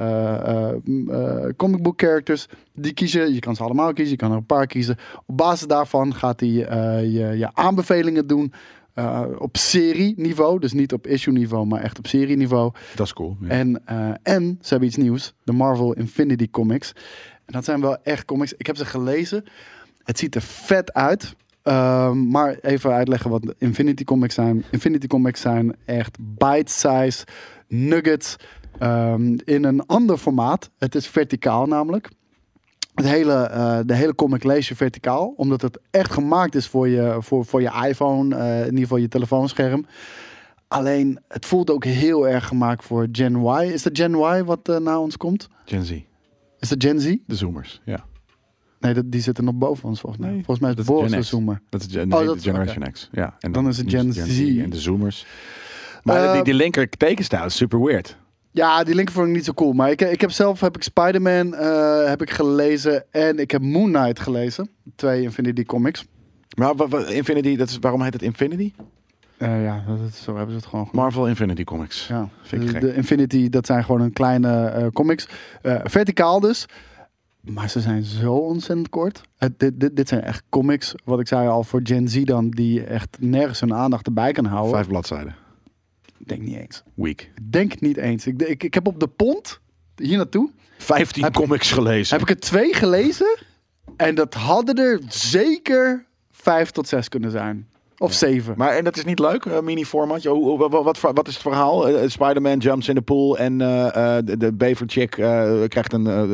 comic book characters? Die kies je. Je kan ze allemaal kiezen. Je kan er een paar kiezen. Op basis daarvan gaat hij je aanbevelingen doen. Op serieniveau. Dus niet op issue niveau, maar echt op serieniveau. Dat is cool. Ja. En ze hebben iets nieuws. De Marvel Infinity Comics. En dat zijn wel echt comics. Ik heb ze gelezen. Het ziet er vet uit. Maar even uitleggen wat Infinity Comics zijn. Infinity Comics zijn echt bite-size nuggets. In een ander formaat. Het is verticaal namelijk. De hele comic lees je verticaal. Omdat het echt gemaakt is voor je iPhone. In ieder geval je telefoonscherm. Alleen, het voelt ook heel erg gemaakt voor Gen Y. Is dat Gen Y wat naar ons komt? Gen Z. Is dat Gen Z? De Zoomers, ja. Nee, die zitten nog boven ons volgens mij. Nee, volgens mij is dat het is Boris Gen een X. Zoomer. Dat is de Generation X. Ja. En Dan is het Gen Z. En de Zoomers. Maar die linker tekenstijl is super weird. Ja, die linker vond ik niet zo cool. Maar ik heb Spider-Man heb ik gelezen. En ik heb Moon Knight gelezen. 2 Infinity Comics. Maar Infinity, waarom heet het Infinity? Ja, zo hebben ze het gewoon genoemd. Marvel Infinity Comics. Ja, Vind ik gek. de Infinity, dat zijn gewoon een kleine comics. Verticaal dus. Maar ze zijn zo ontzettend kort. Dit zijn echt comics, wat ik zei al, voor Gen Z dan, die echt nergens hun aandacht erbij kan houden. 5 bladzijden. Ik denk niet eens. Week. Ik denk niet eens. Ik heb op de pont, hier naartoe, 15 comics gelezen. heb ik er 2 gelezen. En dat hadden er zeker 5 tot 6 kunnen zijn. Of 7. Maar en dat is niet leuk, mini-formatje. Wat is het verhaal? Spider-Man jumps in de pool en de bever chick krijgt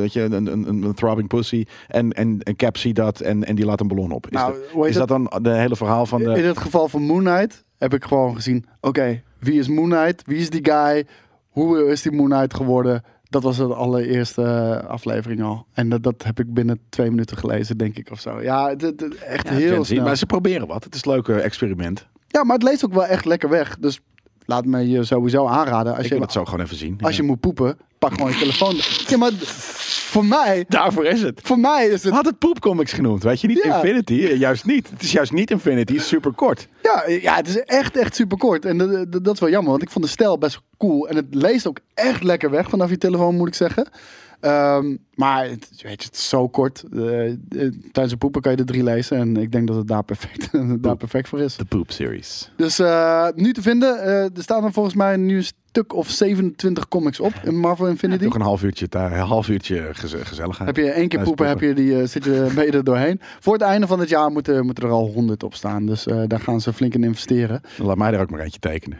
een throbbing pussy. En Cap ziet dat en die laat een ballon op. Is dat dan de hele verhaal van de... In het geval van Moon Knight heb ik gewoon gezien... Oké, wie is Moon Knight? Wie is die guy? Hoe is die Moon Knight geworden? Dat was de allereerste aflevering al. En dat heb ik binnen 2 minuten gelezen, denk ik, of zo. Ja, echt heel snel. Maar ze proberen wat. Het is een leuk experiment. Ja, maar het leest ook wel echt lekker weg. Dus laat me je sowieso aanraden. Ik wil het zo gewoon even zien. Als je moet poepen, pak gewoon je telefoon. Ja, maar voor mij... Daarvoor is het. Voor mij is het... Had het poepcomics genoemd, weet je niet? Ja. Infinity, juist niet. Het is juist niet Infinity, het is super kort. Ja, het is echt super kort. En dat is wel jammer, want ik vond de stijl best cool. En het leest ook echt lekker weg vanaf je telefoon, moet ik zeggen. Maar het is zo kort. Tijdens het poepen kan je er 3 lezen. En ik denk dat het daar perfect voor is. De Poop Series. Dus nu te vinden. Er staan er volgens mij nu een stuk of 27 comics op in Marvel Infinity. Toch een half uurtje gezelligheid. Heb je 1 keer poepen, ben je er doorheen. Voor het einde van het jaar moeten er al 100 op staan. Dus daar gaan ze flink in investeren. Laat mij er ook maar eentje tekenen.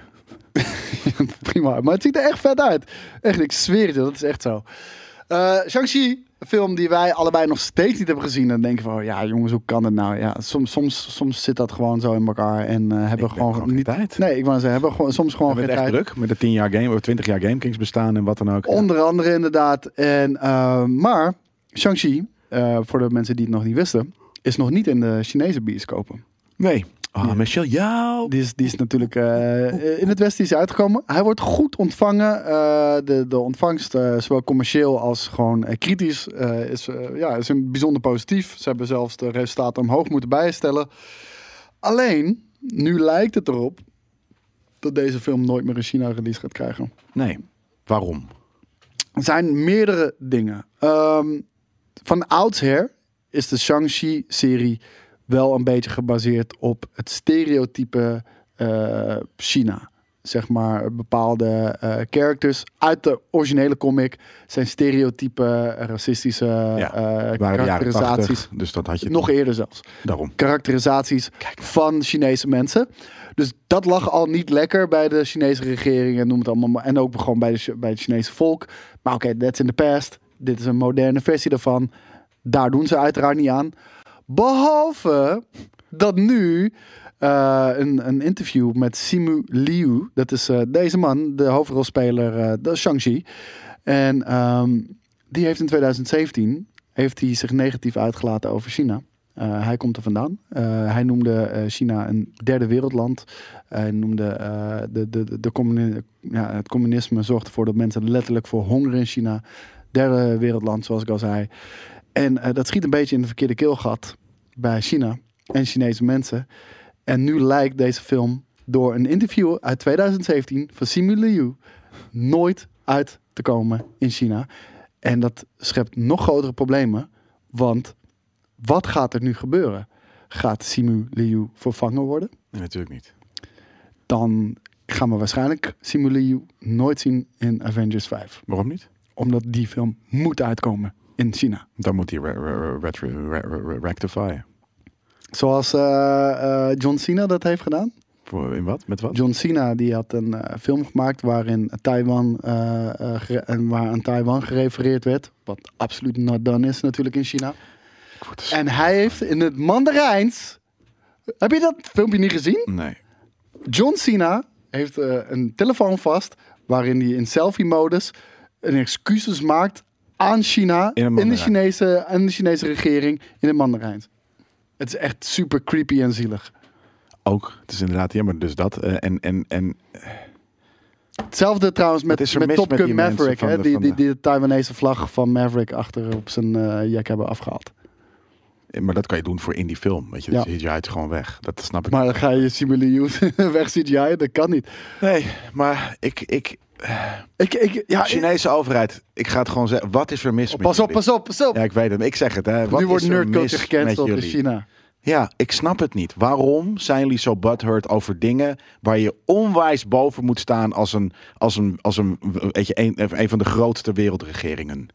Prima, maar het ziet er echt vet uit. Echt, ik zweer het je, dat is echt zo. Shang-Chi, een film die wij allebei nog steeds niet hebben gezien. En dan denken van, ja jongens, hoe kan het nou? Ja, soms zit dat gewoon zo in elkaar. En hebben we gewoon niet tijd. Nee, ik wou zeggen, hebben we soms gewoon geen tijd. tijd. Druk met de 10 jaar game of 20 jaar GameKings bestaan en wat dan ook. Onder andere inderdaad. En, maar Shang-Chi, voor de mensen die het nog niet wisten, is nog niet in de Chinese bioscopen. Nee. Michel, jou. Die is natuurlijk in het Westen is uitgekomen. Hij wordt goed ontvangen. De ontvangst, zowel commercieel als gewoon kritisch, is een bijzonder positief. Ze hebben zelfs de resultaten omhoog moeten bijstellen. Alleen, nu lijkt het erop dat deze film nooit meer een China-release gaat krijgen. Nee. Waarom? Er zijn meerdere dingen. Van oudsher is de Shang-Chi-serie wel een beetje gebaseerd op het stereotype China. zeg maar, bepaalde characters uit de originele comic zijn stereotype racistische waren de jaren karakterisaties. 80, dus dat had je Nog eerder zelfs. daarom. Karakterisaties van Chinese mensen. Dus dat lag al niet lekker bij de Chinese regering en noem het allemaal maar. En ook gewoon bij het Chinese volk. Maar oké, that's in the past. Dit is een moderne versie daarvan. Daar doen ze uiteraard niet aan. Behalve dat nu een interview met Simu Liu. Dat is deze man, de hoofdrolspeler, de Shang-Chi. En die heeft in 2017 zich negatief uitgelaten over China. Hij komt er vandaan. Hij noemde China een derde wereldland. Hij noemde het communisme zorgt ervoor dat mensen letterlijk voor honger in China. Derde wereldland, zoals ik al zei. En dat schiet een beetje in de verkeerde keelgat bij China en Chinese mensen. En nu lijkt deze film door een interview uit 2017 van Simu Liu nooit uit te komen in China. En dat schept nog grotere problemen. Want wat gaat er nu gebeuren? Gaat Simu Liu vervangen worden? Nee, natuurlijk niet. Dan gaan we waarschijnlijk Simu Liu nooit zien in Avengers 5. Waarom niet? Omdat die film moet uitkomen in China. Dan moet hij rectifyen. Zoals John Cena dat heeft gedaan. In wat? Met wat? John Cena die had een film gemaakt waarin Taiwan waar aan Taiwan gerefereerd werd. Wat absoluut not done is natuurlijk in China. En hij heeft in het Mandarijns... Heb je dat filmpje niet gezien? Nee. John Cena heeft een telefoon vast waarin hij in selfie-modus een excuses maakt aan China in de Chinese regering in het Mandarijns. Het is echt super creepy en zielig. Ook. Het is inderdaad jammer. Dus dat. Hetzelfde trouwens met Top Gun Maverick. Hè, die de Taiwanese vlag van Maverick achter op zijn jack hebben afgehaald. Maar dat kan je doen voor in die film. Weet je, Ja. dat CGI het gewoon weg. Dat snap ik. Maar dan ga je Simu weg CGI, dat kan niet. Nee, maar Chinese overheid. Ik ga het gewoon zeggen. Wat is er mis met Pas jullie? op. Ja, ik weet het. Ik zeg het. Hè. Wat Nu wordt is er nerdculture mis gecanceld met in jullie? China. Ja, ik snap het niet. Waarom zijn jullie zo butthurt over dingen waar je onwijs boven moet staan als een weet je, een van de grootste wereldregeringen?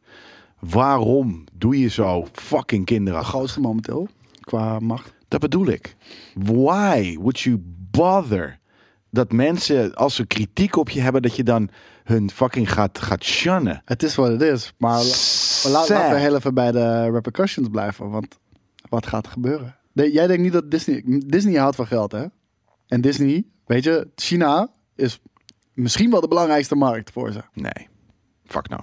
Waarom doe je zo fucking De kinderachtig? grootste momenteel, qua macht. Dat bedoel ik. Why would you bother? Dat mensen, als ze kritiek op je hebben, dat je dan hun fucking gaat shunnen. Het is wat het is. Maar laten we heel even bij de repercussions blijven. Want wat gaat er gebeuren? Jij denkt niet dat Disney houdt van geld, hè? En Disney, weet je, China is misschien wel de belangrijkste markt voor ze. Nee, fuck nou.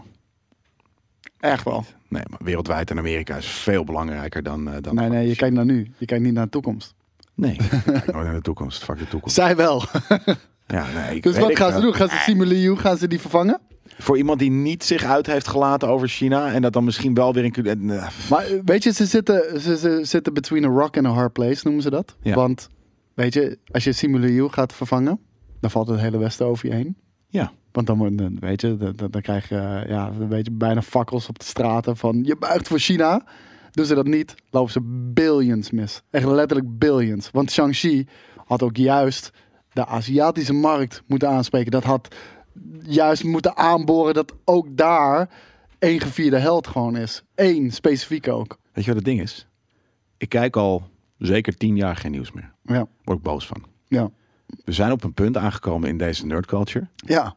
Echt wel. Nee, maar wereldwijd en Amerika is veel belangrijker dan Nee, je kijkt naar nu. Je kijkt niet naar de toekomst. Nee, ik kijk nooit naar de toekomst. Fuck de toekomst. Zij wel. Ja, nee, Dus wat gaan ze doen? Gaan ze Simu Liu, gaan ze die vervangen? Voor iemand die niet zich uit heeft gelaten over China en dat dan misschien wel weer in... Maar weet je, ze zitten between a rock and a hard place, noemen ze dat. Ja. Want, weet je, als je Simu Liu gaat vervangen, dan valt het hele Westen over je heen. Ja. Want dan, weet je, dan krijg je een beetje bijna fakkels op de straten van je buigt voor China. Doen ze dat niet, lopen ze billions mis. Echt letterlijk billions. Want Shang-Chi had ook juist de Aziatische markt moeten aanspreken. Dat had juist moeten aanboren dat ook daar één gevierde held gewoon is. Eén, specifiek ook. Weet je wat het ding is? Ik kijk al zeker 10 jaar geen nieuws meer. Ja, Word ik boos van. ja. We zijn op een punt aangekomen in deze nerdculture. Ja,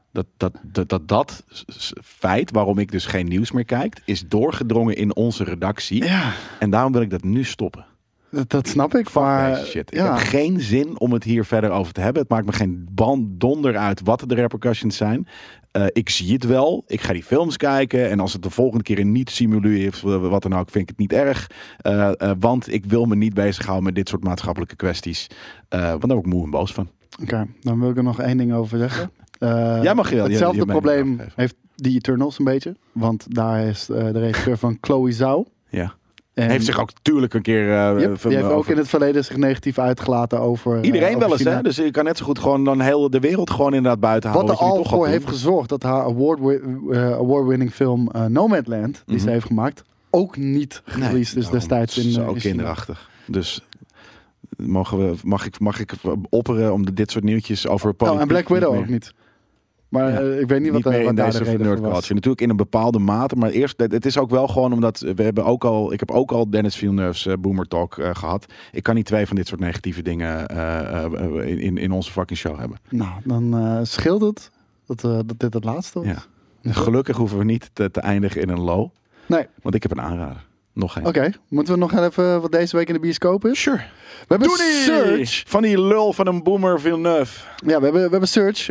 Dat feit waarom ik dus geen nieuws meer kijk, is doorgedrongen in onze redactie. ja. En daarom wil ik dat nu stoppen. Dat snap ik. Fuck Maar deze shit. Ik ja. heb geen zin om het hier verder over te hebben. Het maakt me geen donder uit wat de repercussions zijn. Ik zie het wel. Ik ga die films kijken. En als het de volgende keer een niet simulue is, wat dan ook, vind ik het niet erg. Want ik wil me niet bezighouden met dit soort maatschappelijke kwesties. Want daar word ik moe en boos van. Oké, dan wil ik er nog één ding over zeggen. Jij mag wel. Hetzelfde je mening probleem afgeven. heeft The Eternals een beetje. Want daar is de regisseur van Chloe Zhao. Ja. En Heeft zich ook natuurlijk een keer... Yep, die heeft ook in het verleden zich negatief uitgelaten over Iedereen over wel eens, China. hè? Dus je kan net zo goed gewoon dan heel de wereld gewoon inderdaad buiten Wat houden. er wat je al nu toch voor gaat heeft doen. gezorgd dat haar award-winning film Nomadland, die ze heeft gemaakt, ook niet released is Daarom, destijds in zo China. kinderachtig. Dus Mag ik opperen om dit soort nieuwtjes over politiek... en Black Widow niet ook niet. Maar ik weet niet wat meer in daar de deze reden nerd voor was. culture. Natuurlijk in een bepaalde mate, maar eerst, het is ook wel gewoon omdat ik heb ook al Dennis Villeneuve's Boomer Talk gehad. Ik kan niet 2 van dit soort negatieve dingen in onze fucking show hebben. Nou, dan scheelt het dat dit het laatste was. Ja. Gelukkig hoeven we niet te eindigen in een low. Nee. Want ik heb een aanrader. Nog geen. Oké, moeten we nog even wat deze week in de bioscoop is? Sure. We hebben Doe die! Search. Van die lul van een Boomer Villeneuve. Ja, we hebben Search.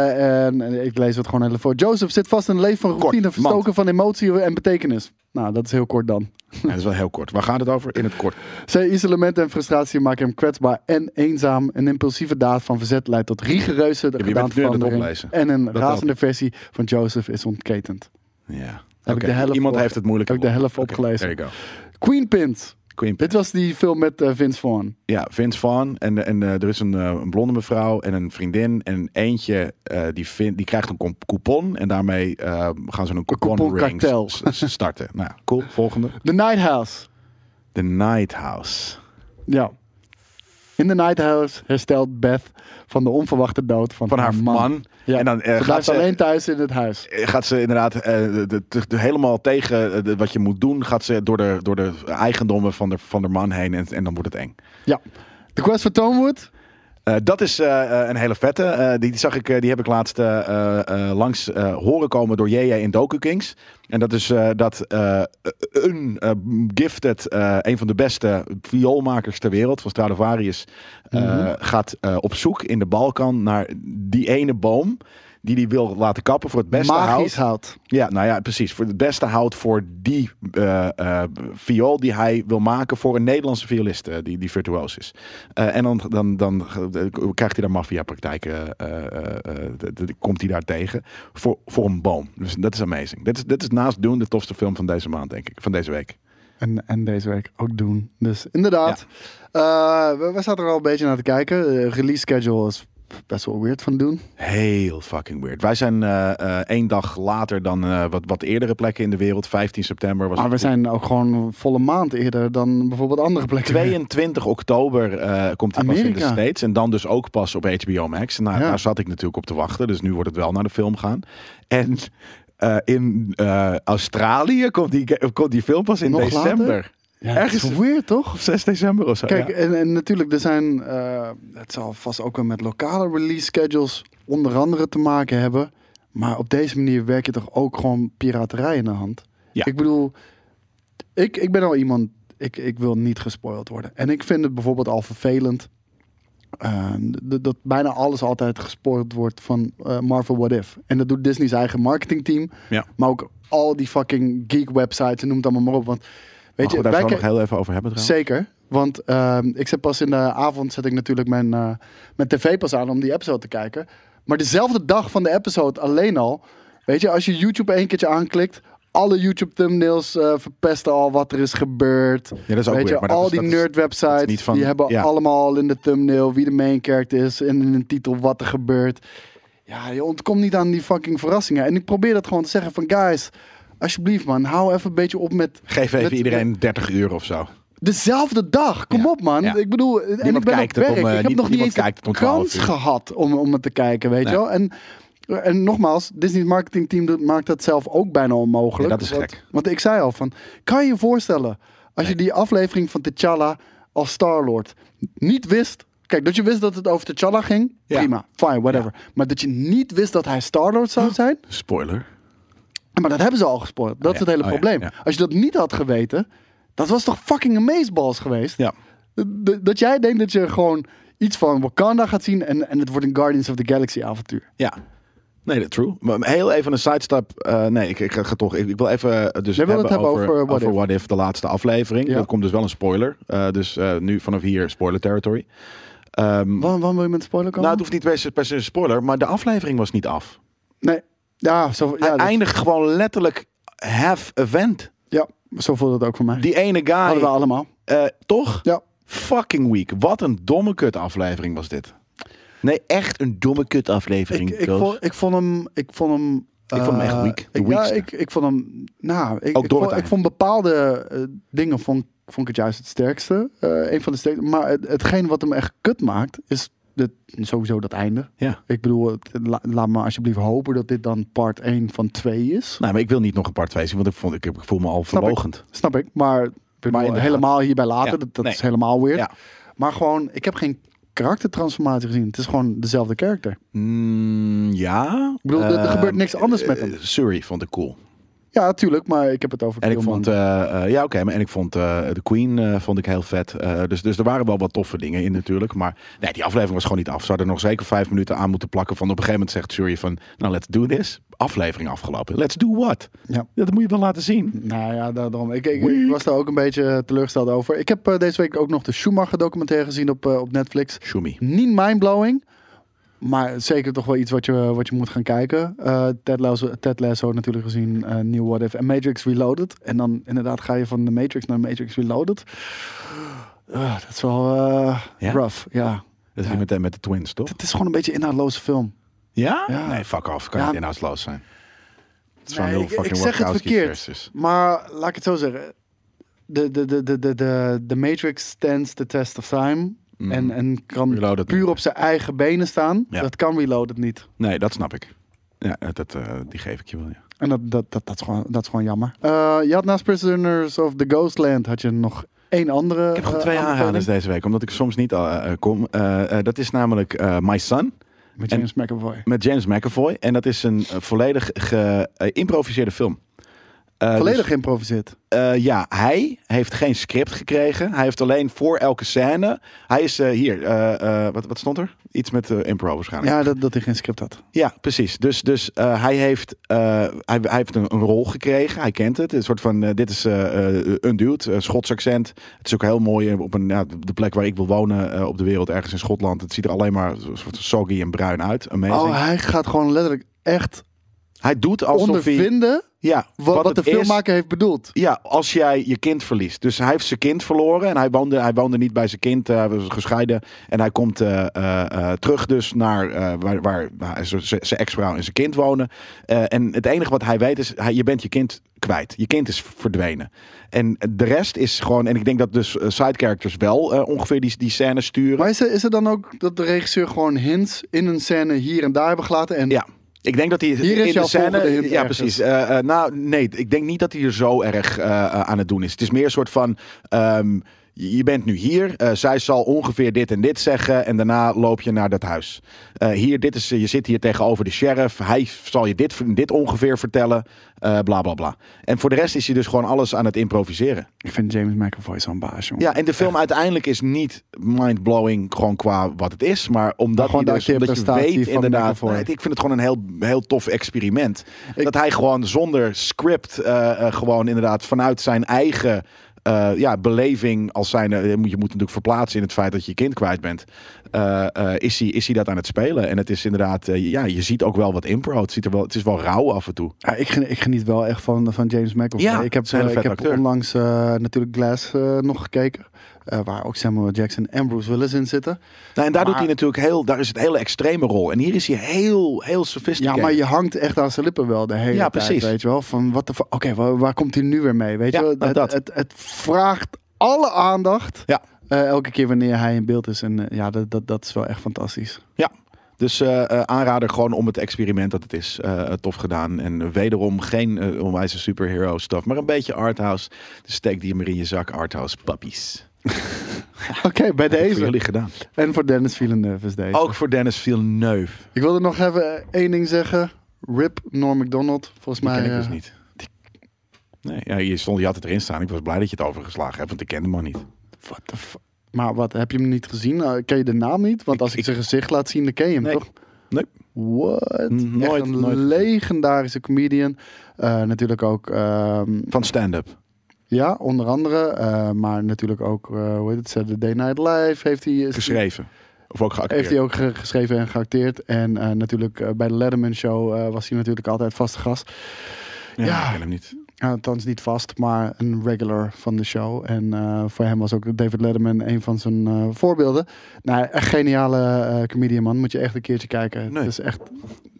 En ik lees het gewoon even voor. Joseph zit vast in een leven van routine, Kort, verstoken van emotie en betekenis. Nou, dat is heel kort dan. Ja, dat is wel heel kort. Waar gaat het over? In het kort. Zijn isolement en frustratie maken hem kwetsbaar en eenzaam. Een impulsieve daad van verzet leidt tot rigoureuze je bent nu aan het gedaanteverandering. oplezen. En een Dat razende versie van Joseph is ontketend. Ja. Heb ik de helft Iemand op- heeft het moeilijk. heb ik de helft opgelezen. There you go. Queen Pins. Queen Dit was die film met Vince Vaughn. Ja, Vince Vaughn. En er is een blonde mevrouw en een vriendin. En eentje die krijgt een coupon. En daarmee gaan ze een coupon ring couponkartel. starten. Nou, ja, cool. Volgende. The Night House. The Night House. Ja. In The Night House herstelt Beth van de onverwachte dood van Van haar man. Ja. En dan Ze gaat blijft ze... alleen thuis in het huis. Gaat ze inderdaad helemaal tegen wat je moet doen. Gaat ze door de eigendommen van de man heen. En dan wordt het eng. Ja. The Quest for Tonewood. Dat is een hele vette. Die heb ik laatst langs horen komen door JJ in Doku Kings. En dat is dat een gifted, een van de beste vioolmakers ter wereld, van Stradivarius, gaat op zoek in de Balkan naar die ene boom die hij wil laten kappen voor het beste Magisch hout. hout. Ja, nou ja, precies. Voor het beste hout voor die viool die hij wil maken voor een Nederlandse violist die virtuoos is. En dan krijgt hij daar maffiapraktijken, komt hij daar tegen voor een boom. Dus dat is amazing. Dit is naast Dune de tofste film van deze maand, denk ik. Van deze week. En deze week ook doen. Dus inderdaad. We zaten er al een beetje naar te kijken. Release schedule is best wel weird van doen. Heel fucking weird. Wij zijn 1 dag later dan wat eerdere plekken in de wereld. 15 september was Maar we het. zijn ook gewoon een volle maand eerder dan bijvoorbeeld andere plekken. 22 oktober komt hij pas in de Amerika. States. En dan dus ook pas op HBO Max. Nou, Ja. daar zat ik natuurlijk op te wachten. Dus nu wordt het wel naar de film gaan. En in Australië komt die film pas in Nog december. later? Ja, dat is Ergens wel weird, toch? of 6 december of zo. Kijk, ja. en natuurlijk, er zijn... het zal vast ook wel met lokale release schedules onder andere te maken hebben. Maar op deze manier werk je toch ook gewoon piraterij in de hand. Ja. Ik bedoel, ik ben al iemand... Ik wil niet gespoild worden. En ik vind het bijvoorbeeld al vervelend... dat bijna alles altijd gespoild wordt van Marvel What If. En dat doet Disney's eigen marketingteam. Ja. Maar ook al die fucking geek websites en noem het allemaal maar op. Want weet Mag je, we daar wij zo ke- nog heel even over hebben trouwens? Zeker. Want ik zet pas in de avond zet ik natuurlijk mijn tv pas aan om die episode te kijken. Maar dezelfde dag van de episode alleen al, weet je, als je YouTube 1 keertje aanklikt, alle YouTube thumbnails verpesten al wat er is gebeurd. Ja, dat is ook weet weird, je, maar al dat die is nerd dat websites, is niet van- die hebben ja. allemaal al in de thumbnail wie de main character is en in een titel wat er gebeurt. Ja, je ontkomt niet aan die fucking verrassingen. En ik probeer dat gewoon te zeggen van guys, alsjeblieft man, hou even een beetje op met... Geef even met- iedereen 30 uur of zo. Dezelfde dag, kom Ja. op man. Ja. Ik bedoel, en ik Niemand ben op kijkt het werk. om, Ik heb nog niet niemand eens de kijkt het om 12 kans uur. gehad om het te kijken, weet Nee. je wel. En nogmaals, Disney's marketingteam maakt dat zelf ook bijna onmogelijk. Ja, dat is want, gek. Want ik zei al van, kan je je voorstellen als je die aflevering van T'Challa als Star-Lord niet wist... Kijk, dat je wist dat het over T'Challa ging, Ja. prima, fine, whatever. Maar dat je niet wist dat hij Star-Lord zou zijn... Spoiler. Maar dat hebben ze al gespoord. Dat is het hele Oh ja, probleem. ja. Als je dat niet had geweten, dat was toch fucking amazeballs geweest? Ja. Dat jij denkt dat je gewoon iets van Wakanda gaat zien en het wordt een Guardians of the Galaxy avontuur. Ja. Nee, dat true. Maar heel even een sidestep. Nee, ik ga toch. Ik wil even dus Jij wil het hebben over over What If, de laatste aflevering. Ja. Dat komt dus wel een spoiler. Dus nu vanaf hier spoiler territory. Waarom wil je met spoiler komen? Nou, het hoeft niet per se een spoiler, maar de aflevering was niet af. Nee. Ja, zo, Hij ja, eindigt gewoon letterlijk half event. ja, zo voelde het ook voor mij. Die ene guy. Hadden we allemaal. Toch? Ja. Fucking weak. Wat een domme kut aflevering was dit. Nee, echt een domme kut aflevering. Ik vond hem Ik vond hem echt weak. De weakste. Ik vond hem... Nou, Ook door het ik vond bepaalde dingen vond ik het juist het sterkste. Een van de sterkste. Maar hetgeen wat hem echt kut maakt, is sowieso dat einde. Ja. Ik bedoel, laat me alsjeblieft hopen dat dit dan part 1 van 2 is. Nou, maar ik wil niet nog een part 2 zien, want ik voel me al verloochend. Snap ik, maar helemaal hierbij laten, dat is helemaal weird. Ja. Maar gewoon, ik heb geen karaktertransformatie gezien. Het is gewoon dezelfde karakter. Ja. Ik bedoel, er gebeurt niks anders met hem. Suri vond ik cool. Ja, natuurlijk, maar ik heb het over En ik vond, Killmonger. en ik vond de Queen vond ik heel vet. Dus er waren wel wat toffe dingen in natuurlijk. Maar nee, die aflevering was gewoon niet af. Ze hadden nog zeker 5 minuten aan moeten plakken. Van op een gegeven moment zegt Suri van, nou, let's do this. Aflevering afgelopen. Let's do what? Ja. Dat moet je dan laten zien. Nou ja, daarom. Ik was daar ook een beetje teleurgesteld over. Ik heb deze week ook nog de Schumacher documentaire gezien op Netflix. Shumi. Niet mindblowing. Maar zeker toch wel iets wat je moet gaan kijken. Ted Lasso natuurlijk gezien. New What If en Matrix Reloaded. En dan inderdaad ga je van de Matrix naar Matrix Reloaded. Dat is wel rough. Ja. Dat is meteen met de twins, toch? Het is gewoon een beetje een inhoudloze film. Ja? Ja. Nee, fuck off. Kan niet inhoudsloos zijn. Het is van Nee, heel ik fucking zeg het Wachowski verkeerd. versus. Maar laat ik het zo zeggen. De Matrix stands the test of time. En kan Reloaded puur niet. op zijn eigen benen staan. Ja. Dat kan Reloaded niet. Nee, dat snap ik. Ja, die geef ik je wel, ja. En dat is gewoon jammer. Je had naast Prisoners of the Ghostland had je nog één andere. Ik heb gewoon 2 aanraders deze week, omdat ik soms niet kom. Dat is namelijk My Son. Met James McAvoy. Met James McAvoy. En dat is een volledig geïmproviseerde film. Volledig geïmproviseerd. Ja, hij heeft geen script gekregen. Hij heeft alleen voor elke scène... Hij is wat stond er? Iets met improv waarschijnlijk. Ja, dat hij geen script had. Ja, precies. Dus hij heeft een rol gekregen. Hij kent het. Een soort van, dit is een dude, Schots accent. Het is ook heel mooi op de plek waar ik wil wonen op de wereld, ergens in Schotland. Het ziet er alleen maar een soort soggy en bruin uit. Amazing. Oh, hij gaat gewoon letterlijk echt Hij doet alsof ondervinden wat de het is. filmmaker heeft bedoeld. Ja, als jij je kind verliest. Dus hij heeft zijn kind verloren. En hij woonde niet bij zijn kind. Hij was gescheiden. En hij komt terug dus naar waar zijn ex-vrouw en zijn kind wonen. En het enige wat hij weet is, je bent je kind kwijt. Je kind is verdwenen. En de rest is gewoon... En ik denk dat dus side characters wel ongeveer die scène sturen. Maar is er dan ook dat de regisseur gewoon hints in een scène hier en daar hebben gelaten? En Ja. Ik denk dat hij hier is in jouw de scène... volgende hint Ja, ergens. precies. Nou, nee, ik denk niet dat hij er zo erg aan het doen is. Het is meer een soort van... je bent nu hier. Zij zal ongeveer dit en dit zeggen. En daarna loop je naar dat huis. Je zit hier tegenover de sheriff. Hij zal je dit ongeveer vertellen. Bla, bla, bla. En voor de rest is hij dus gewoon alles aan het improviseren. Ik vind James McAvoy zo'n baas, jongen. Ja, en de film uiteindelijk is niet mind-blowing gewoon qua wat het is. Maar omdat, gewoon de omdat je acteerprestatie weet van inderdaad... McAvoy. Nee, ik vind het gewoon een heel tof experiment. Dat hij gewoon zonder script gewoon inderdaad vanuit zijn eigen... beleving als zijn... je moet natuurlijk verplaatsen in het feit dat je je kind kwijt bent. Is hij dat aan het spelen? En het is inderdaad... je ziet ook wel wat impro. Het is wel rauw af en toe. Ja, ik geniet wel echt van James McAvoy. Ja, ik heb, is een hele ik vette heb acteur. onlangs natuurlijk Glass nog gekeken. Waar ook Samuel Jackson en Bruce Willis in zitten. Nou, en daar doet Maar- hij natuurlijk daar is het hele extreme rol. En hier is hij heel sophisticated. Ja, maar je hangt echt aan zijn lippen wel de hele Ja, tijd, precies. weet je wel. Van wat de oké, waar komt hij nu weer mee? Weet Ja, je wel? nou, dat. Het vraagt alle aandacht. Ja. Elke keer wanneer hij in beeld is. En dat is wel echt fantastisch. Ja, dus aanrader gewoon om het experiment dat het is. Tof gedaan. En wederom geen onwijze superhero stuff, maar een beetje arthouse. Dus steek die maar in je zak, arthouse puppies. Oké, bij Voor deze. jullie gedaan. En voor Dennis Villeneuve is deze. Ook voor Dennis Villeneuve. Ik wilde nog even één ding zeggen. Rip Norm Macdonald. Volgens Die mij... ken ik dus niet. Nee, ja, je had het erin staan. Ik was blij dat je het overgeslagen hebt, want ik ken hem maar niet. What the maar wat, heb je hem niet gezien? Ken je de naam niet? Want als ik zijn gezicht laat zien, dan ken je hem Nee. toch? Nee. What? Nooit, Echt een nooit. legendarische comedian. Natuurlijk ook... Van stand-up. ja, onder andere. Maar natuurlijk ook, hoe heet het? Saturday Night Live heeft hij... Geschreven. Of ook geacteerd. Heeft hij ook geschreven en geacteerd. En natuurlijk bij de Letterman Show was hij natuurlijk altijd vaste gast. Ja, ik ken hem niet. Althans niet vast, maar een regular van de show. En voor hem was ook David Letterman een van zijn voorbeelden. Nou, echt geniale comedian, man. Moet je echt een keertje kijken. Nee. Het is echt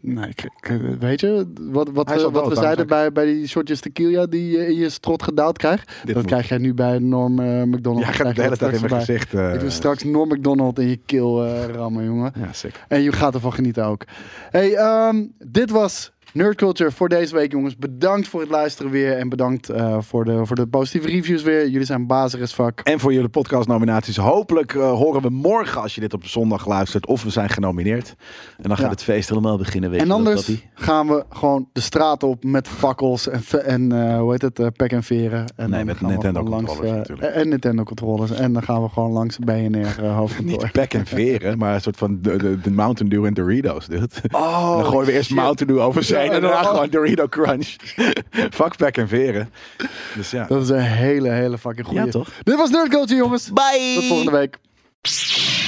Nee, weet je, wat Hij is al we dood, zeiden daarom bij die shotjes tequila die je in je strot gedaald krijgt. Dat krijg jij nu bij Norm McDonald. Ja, gaat de hele tijd in mijn gezicht. gezicht. Ik doe straks Norm McDonald in je keel rammen, jongen. Ja, sick. En je gaat ervan genieten ook. Hey, dit was Nerd Culture voor deze week, jongens. Bedankt voor het luisteren weer. En bedankt voor de positieve reviews weer. Jullie zijn bazer as fuck. En voor jullie podcastnominaties. Hopelijk horen we morgen, als je dit op zondag luistert, of we zijn genomineerd. En dan gaat het feest helemaal beginnen. Weet En je anders dat gaan we gewoon de straat op met fakkels en hoe heet het, pek en veren. En Nee, dan met gaan we Nintendo gewoon controllers natuurlijk. En Nintendo controllers. En dan gaan we gewoon langs BNR hoofdkantoor. Niet pek en veren, maar een soort van de Mountain Dew en Doritos, dude. Oh, Dan gooien we eerst shit. Mountain Dew over zijn Ja, en daarna en dan- gewoon Dorito Crunch. Fuck pek en veren. Dus ja. Dat is een hele fucking goede. Ja, toch? Dit was Nerd Culture, jongens. Bye! Tot volgende week.